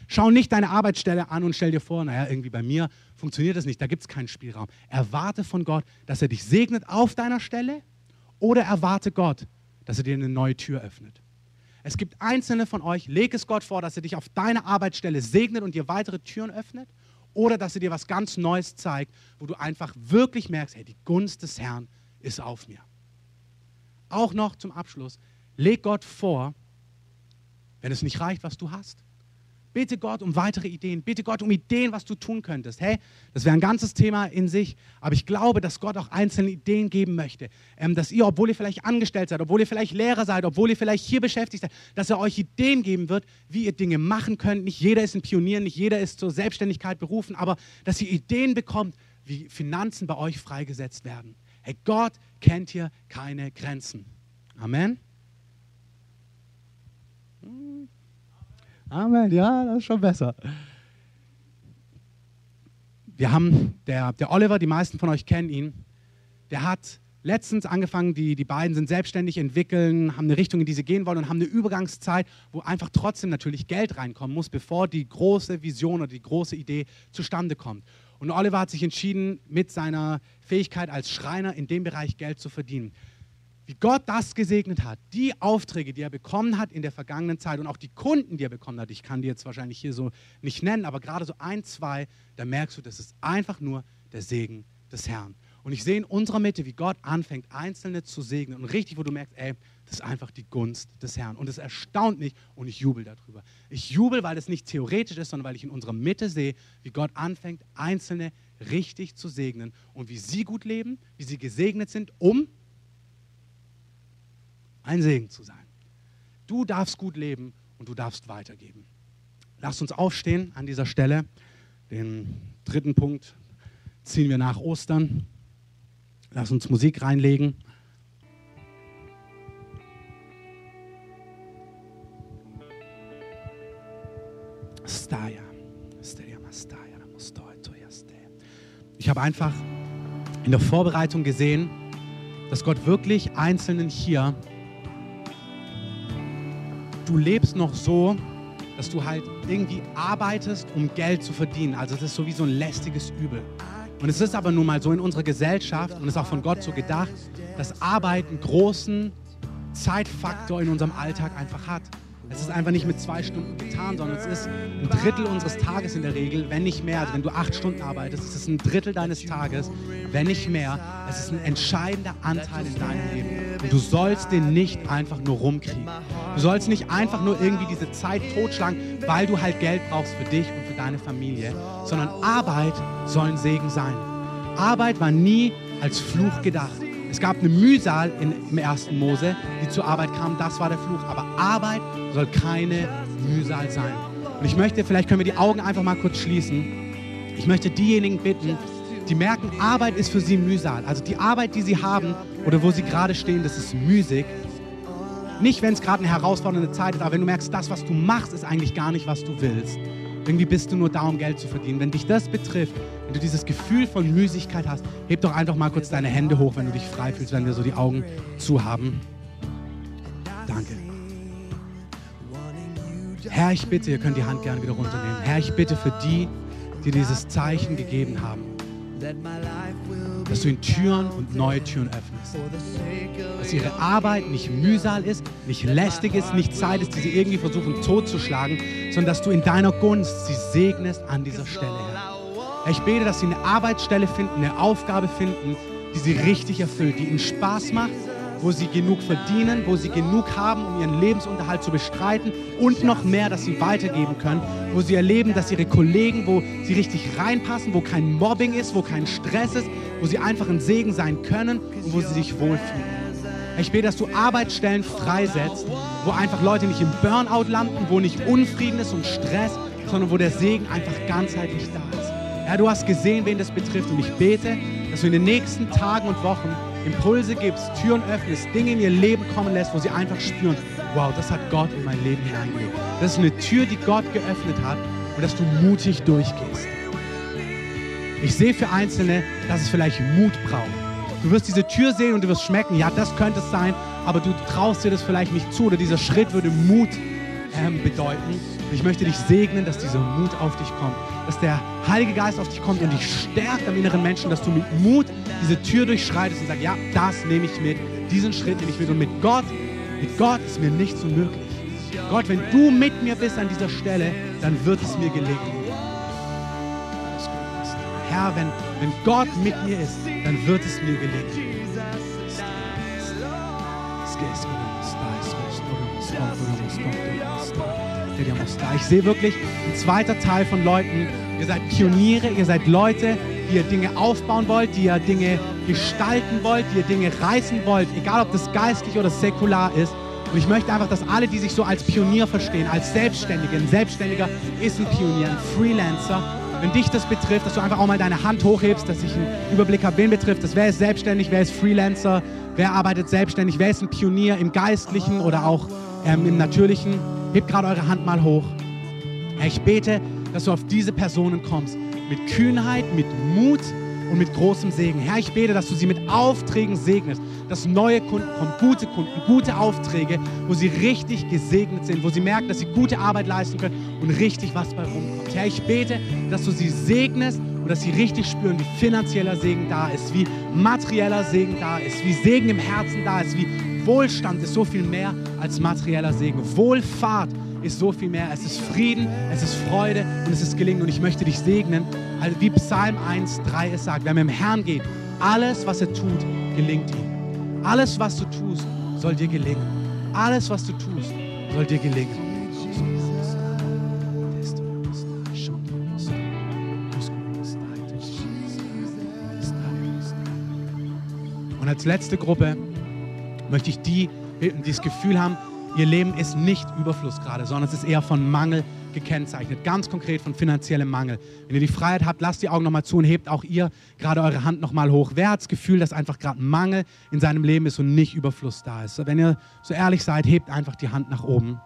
Schau nicht deine Arbeitsstelle an und stell dir vor, naja, irgendwie bei mir funktioniert das nicht, da gibt es keinen Spielraum. Erwarte von Gott, dass er dich segnet auf deiner Stelle oder erwarte Gott, dass er dir eine neue Tür öffnet. Es gibt Einzelne von euch, leg es Gott vor, dass er dich auf deiner Arbeitsstelle segnet und dir weitere Türen öffnet oder dass er dir was ganz Neues zeigt, wo du einfach wirklich merkst, hey, die Gunst des Herrn ist auf mir. Auch noch zum Abschluss, leg Gott vor, wenn es nicht reicht, was du hast. Bitte Gott um weitere Ideen. Bitte Gott um Ideen, was du tun könntest. Hey, das wäre ein ganzes Thema in sich. Aber ich glaube, dass Gott auch einzelne Ideen geben möchte. Ähm, dass ihr, obwohl ihr vielleicht angestellt seid, obwohl ihr vielleicht Lehrer seid, obwohl ihr vielleicht hier beschäftigt seid, dass er euch Ideen geben wird, wie ihr Dinge machen könnt. Nicht jeder ist ein Pionier, nicht jeder ist zur Selbstständigkeit berufen, aber dass ihr Ideen bekommt, wie Finanzen bei euch freigesetzt werden. Hey, Gott kennt hier keine Grenzen. Amen. Amen, ja, das ist schon besser. Wir haben, der, der Oliver, die meisten von euch kennen ihn, der hat letztens angefangen, die, die beiden sind selbstständig, entwickeln, haben eine Richtung, in die sie gehen wollen und haben eine Übergangszeit, wo einfach trotzdem natürlich Geld reinkommen muss, bevor die große Vision oder die große Idee zustande kommt. Und Oliver hat sich entschieden, mit seiner Fähigkeit als Schreiner in dem Bereich Geld zu verdienen. Wie Gott das gesegnet hat, die Aufträge, die er bekommen hat in der vergangenen Zeit und auch die Kunden, die er bekommen hat, ich kann die jetzt wahrscheinlich hier so nicht nennen, aber gerade so ein, zwei, da merkst du, das ist einfach nur der Segen des Herrn. Und ich sehe in unserer Mitte, wie Gott anfängt, Einzelne zu segnen und richtig, wo du merkst, ey, das ist einfach die Gunst des Herrn. Und es erstaunt mich und ich jubel darüber. Ich jubel, weil es nicht theoretisch ist, sondern weil ich in unserer Mitte sehe, wie Gott anfängt, Einzelne richtig zu segnen und wie sie gut leben, wie sie gesegnet sind, um ein Segen zu sein. Du darfst gut leben und du darfst weitergeben. Lasst uns aufstehen an dieser Stelle. Den dritten Punkt ziehen wir nach Ostern. Lass uns Musik reinlegen. Ich habe einfach in der Vorbereitung gesehen, dass Gott wirklich Einzelnen hier, du lebst noch so, dass du halt irgendwie arbeitest, um Geld zu verdienen. Also es ist so wie so ein lästiges Übel. Und es ist aber nun mal so in unserer Gesellschaft und es ist auch von Gott so gedacht, dass Arbeit einen großen Zeitfaktor in unserem Alltag einfach hat. Es ist einfach nicht mit zwei Stunden getan, sondern es ist ein Drittel unseres Tages in der Regel, wenn nicht mehr. Also wenn du acht Stunden arbeitest, ist es ein Drittel deines Tages, wenn nicht mehr. Es ist ein entscheidender Anteil in deinem Leben. Und du sollst den nicht einfach nur rumkriegen. Du sollst nicht einfach nur irgendwie diese Zeit totschlagen, weil du halt Geld brauchst für dich und für deine Familie, sondern Arbeit soll ein Segen sein. Arbeit war nie als Fluch gedacht. Es gab eine Mühsal in, im ersten Mose, die zur Arbeit kam, das war der Fluch. Aber Arbeit soll keine Mühsal sein. Und ich möchte, vielleicht können wir die Augen einfach mal kurz schließen. Ich möchte diejenigen bitten, die merken, Arbeit ist für sie Mühsal. Also die Arbeit, die sie haben oder wo sie gerade stehen, das ist müßig. Nicht, wenn es gerade eine herausfordernde Zeit ist, aber wenn du merkst, das, was du machst, ist eigentlich gar nicht, was du willst. Irgendwie bist du nur da, um Geld zu verdienen. Wenn dich das betrifft, wenn du dieses Gefühl von Müßigkeit hast, heb doch einfach mal kurz deine Hände hoch, wenn du dich frei fühlst, wenn wir so die Augen zu haben. Danke. Herr, ich bitte, ihr könnt die Hand gerne wieder runternehmen. Herr, ich bitte für die, die dieses Zeichen gegeben haben, dass du ihnen Türen und neue Türen öffnest. Dass ihre Arbeit nicht Mühsal ist, nicht lästig ist, nicht Zeit ist, die sie irgendwie versuchen totzuschlagen, sondern dass du in deiner Gunst sie segnest an dieser Stelle, Herr. Herr, ich bete, dass sie eine Arbeitsstelle finden, eine Aufgabe finden, die sie richtig erfüllt, die ihnen Spaß macht, wo sie genug verdienen, wo sie genug haben, um ihren Lebensunterhalt zu bestreiten und noch mehr, dass sie weitergeben können, wo sie erleben, dass ihre Kollegen, wo sie richtig reinpassen, wo kein Mobbing ist, wo kein Stress ist, wo sie einfach ein Segen sein können und wo sie sich wohlfühlen. Ich bete, dass du Arbeitsstellen freisetzt, wo einfach Leute nicht im Burnout landen, wo nicht Unfrieden ist und Stress, sondern wo der Segen einfach ganzheitlich da ist. Herr, du hast gesehen, wen das betrifft und ich bete, dass du in den nächsten Tagen und Wochen Impulse gibst, Türen öffnest, Dinge in ihr Leben kommen lässt, wo sie einfach spüren, wow, das hat Gott in mein Leben hineingelegt. Das ist eine Tür, die Gott geöffnet hat und dass du mutig durchgehst. Ich sehe für Einzelne, dass es vielleicht Mut braucht. Du wirst diese Tür sehen und du wirst schmecken, ja, das könnte es sein, aber du traust dir das vielleicht nicht zu oder dieser Schritt würde Mut ähm, bedeuten. Und ich möchte dich segnen, dass dieser Mut auf dich kommt, dass der Heilige Geist auf dich kommt und dich stärkt am inneren Menschen, dass du mit Mut diese Tür durchschreitest und sagst, ja, das nehme ich mit, diesen Schritt nehme ich mit. Und mit Gott, mit Gott ist mir nichts unmöglich. Gott, wenn du mit mir bist an dieser Stelle, dann wird es mir gelingen. Herr, wenn, wenn Gott mit mir ist, dann wird es mir gelingen. Ich sehe wirklich ein zweiter Teil von Leuten. Ihr seid Pioniere, ihr seid Leute, die ihr Dinge aufbauen wollt, die ihr Dinge gestalten wollt, die ihr Dinge reißen wollt, egal ob das geistlich oder säkular ist. Und ich möchte einfach, dass alle, die sich so als Pionier verstehen, als Selbstständige, ein Selbstständiger ist ein Pionier, ein Freelancer. Wenn dich das betrifft, dass du einfach auch mal deine Hand hochhebst, dass ich einen Überblick habe, wen betrifft das. Wer ist selbstständig, wer ist Freelancer, wer arbeitet selbstständig, wer ist ein Pionier im Geistlichen oder auch ähm, im Natürlichen. Hebt gerade eure Hand mal hoch. Herr, ich bete, dass du auf diese Personen kommst. Mit Kühnheit, mit Mut und mit großem Segen. Herr, ich bete, dass du sie mit Aufträgen segnest, dass neue Kunden kommen, gute Kunden, gute Aufträge, wo sie richtig gesegnet sind, wo sie merken, dass sie gute Arbeit leisten können und richtig was bei rumkommt. Herr, ich bete, dass du sie segnest und dass sie richtig spüren, wie finanzieller Segen da ist, wie materieller Segen da ist, wie Segen im Herzen da ist, wie Wohlstand ist so viel mehr als materieller Segen. Wohlfahrt ist so viel mehr. Es ist Frieden, es ist Freude und es ist Gelingen. Und ich möchte dich segnen, also wie Psalm eins drei es sagt, wer mit dem Herrn geht, alles, was er tut, gelingt ihm. Alles, was du tust, soll dir gelingen. Alles, was du tust, soll dir gelingen. Und als letzte Gruppe möchte ich die, die das Gefühl haben, ihr Leben ist nicht Überfluss gerade, sondern es ist eher von Mangel gekennzeichnet. Ganz konkret von finanziellem Mangel. Wenn ihr die Freiheit habt, lasst die Augen nochmal zu und hebt auch ihr gerade eure Hand nochmal hoch. Wer hat das Gefühl, dass einfach gerade Mangel in seinem Leben ist und nicht Überfluss da ist? Wenn ihr so ehrlich seid, hebt einfach die Hand nach oben.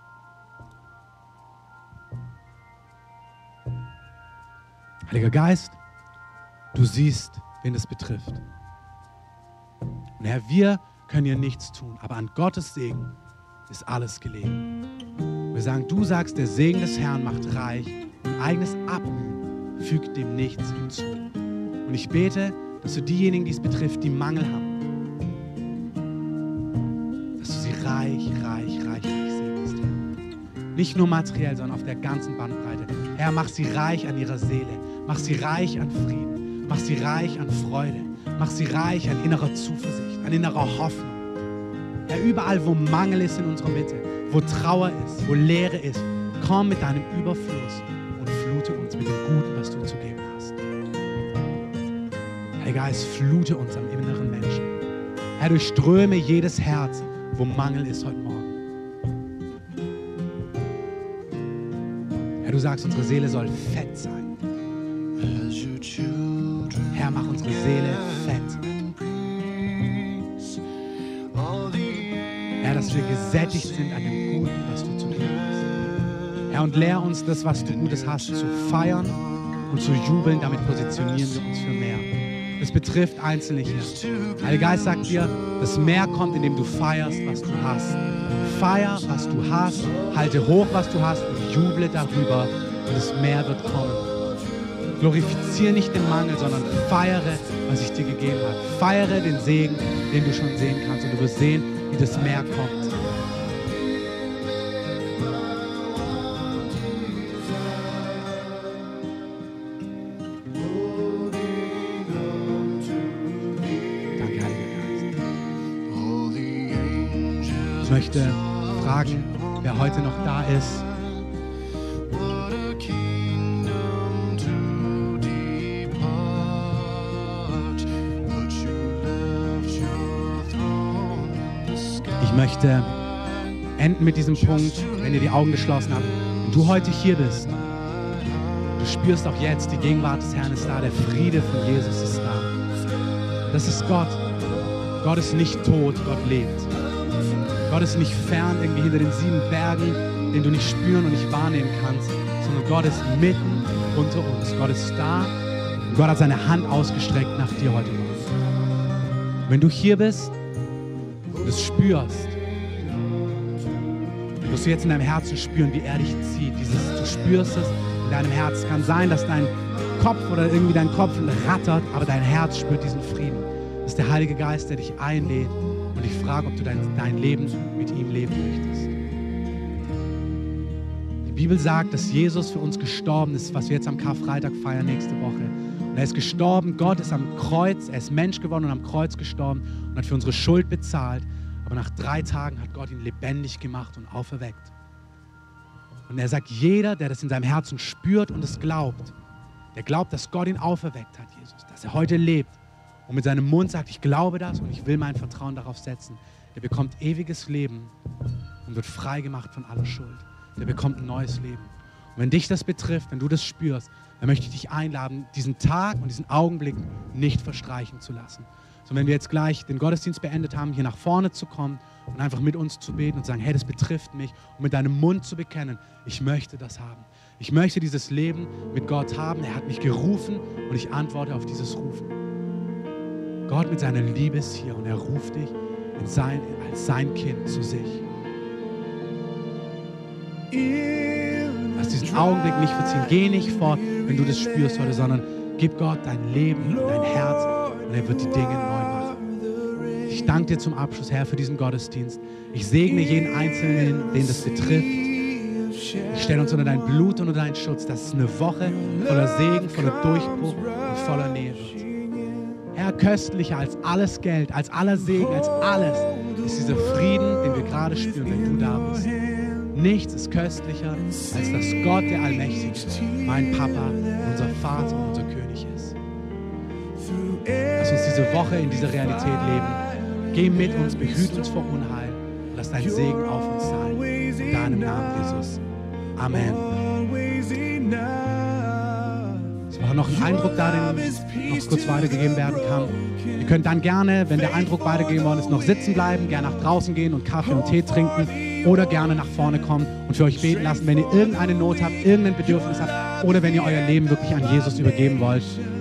Heiliger Geist, du siehst, wen das betrifft. Und Herr, wir können hier nichts tun, aber an Gottes Segen ist alles gelegen. Wir sagen, du sagst, der Segen des Herrn macht reich und eigenes Abmühen fügt dem nichts hinzu. Und ich bete, dass du diejenigen, die es betrifft, die Mangel haben, dass du sie reich, reich, reich, reich segnest. Nicht nur materiell, sondern auf der ganzen Bandbreite. Herr, mach sie reich an ihrer Seele, mach sie reich an Frieden, mach sie reich an Freude, mach sie reich an innerer Zuversicht, an innerer Hoffnung. Herr, überall, wo Mangel ist in unserer Mitte, wo Trauer ist, wo Leere ist, komm mit deinem Überfluss und flute uns mit dem Guten, was du zu geben hast. Heiliger Geist, flute uns am inneren Menschen. Herr, durchströme jedes Herz, wo Mangel ist heute Morgen. Herr, du sagst, unsere Seele soll fett sein. Herr, mach unsere Seele fett. Herr, dass wir gesättigt sind an dem Guten, was du zu geben hast. Herr, und lehr uns das, was du Gutes hast, zu feiern und zu jubeln. Damit positionieren wir uns für mehr. Das betrifft Einzelne hier. Heiliger Geist sagt dir, das Mehr kommt, indem du feierst, was du hast. Feier, was du hast, halte hoch, was du hast und juble darüber und das Mehr wird kommen. Glorifiziere nicht den Mangel, sondern feiere, was ich dir gegeben habe. Feiere den Segen, den du schon sehen kannst und du wirst sehen, wie das Meer kommt. Danke, Heiliger Geist. Ich möchte fragen, wer heute noch da ist. Ich möchte enden mit diesem Punkt, wenn ihr die Augen geschlossen habt. Wenn du heute hier bist, du spürst auch jetzt, die Gegenwart des Herrn ist da, der Friede von Jesus ist da. Das ist Gott. Gott ist nicht tot, Gott lebt. Gott ist nicht fern, irgendwie hinter den sieben Bergen, den du nicht spüren und nicht wahrnehmen kannst, sondern Gott ist mitten unter uns. Gott ist da und Gott hat seine Hand ausgestreckt nach dir heute Morgen. Wenn du hier bist, du es spürst, du wirst du jetzt in deinem Herzen spüren, wie er dich zieht. Dieses, du spürst es in deinem Herz. Es kann sein, dass dein Kopf oder irgendwie dein Kopf rattert, aber dein Herz spürt diesen Frieden. Das ist der Heilige Geist, der dich einlädt und dich fragt, ob du dein, dein Leben mit ihm leben möchtest. Die Bibel sagt, dass Jesus für uns gestorben ist, was wir jetzt am Karfreitag feiern nächste Woche. Und er ist gestorben, Gott ist am Kreuz, er ist Mensch geworden und am Kreuz gestorben und hat für unsere Schuld bezahlt. Aber nach drei Tagen hat Gott ihn lebendig gemacht und auferweckt. Und er sagt, jeder, der das in seinem Herzen spürt und es glaubt, der glaubt, dass Gott ihn auferweckt hat, Jesus, dass er heute lebt und mit seinem Mund sagt, ich glaube das und ich will mein Vertrauen darauf setzen, der bekommt ewiges Leben und wird frei gemacht von aller Schuld. Der bekommt ein neues Leben. Und wenn dich das betrifft, wenn du das spürst, dann möchte ich dich einladen, diesen Tag und diesen Augenblick nicht verstreichen zu lassen. So, wenn wir jetzt gleich den Gottesdienst beendet haben, hier nach vorne zu kommen und einfach mit uns zu beten und sagen, hey, das betrifft mich und mit deinem Mund zu bekennen, ich möchte das haben. Ich möchte dieses Leben mit Gott haben. Er hat mich gerufen und ich antworte auf dieses Rufen. Gott mit seiner Liebe ist hier und er ruft dich in sein, als sein Kind zu sich. Lass diesen Augenblick nicht verziehen. Geh nicht fort, wenn du das spürst heute, sondern gib Gott dein Leben, dein Herz und er wird die Dinge neu machen. Ich danke dir zum Abschluss, Herr, für diesen Gottesdienst. Ich segne jeden Einzelnen, den das betrifft. Ich stelle uns unter dein Blut und unter deinen Schutz, dass es eine Woche voller Segen, voller Durchbruch und voller Nähe wird. Herr, köstlicher als alles Geld, als aller Segen, als alles ist dieser Frieden, den wir gerade spüren, wenn du da bist. Nichts ist köstlicher, als dass Gott, der Allmächtige, mein Papa, unser Vater und unser König ist. Lass uns diese Woche in dieser Realität leben. Geh mit uns, behüt uns vor Unheil und lass dein Segen auf uns sein. In deinem Namen, Jesus. Amen. Es war noch ein Eindruck da, den noch kurz weitergegeben werden kann. Ihr könnt dann gerne, wenn der Eindruck weitergegeben worden ist, noch sitzen bleiben, gerne nach draußen gehen und Kaffee und Tee trinken oder gerne nach vorne kommen und für euch beten lassen, wenn ihr irgendeine Not habt, irgendein Bedürfnis habt oder wenn ihr euer Leben wirklich an Jesus übergeben wollt.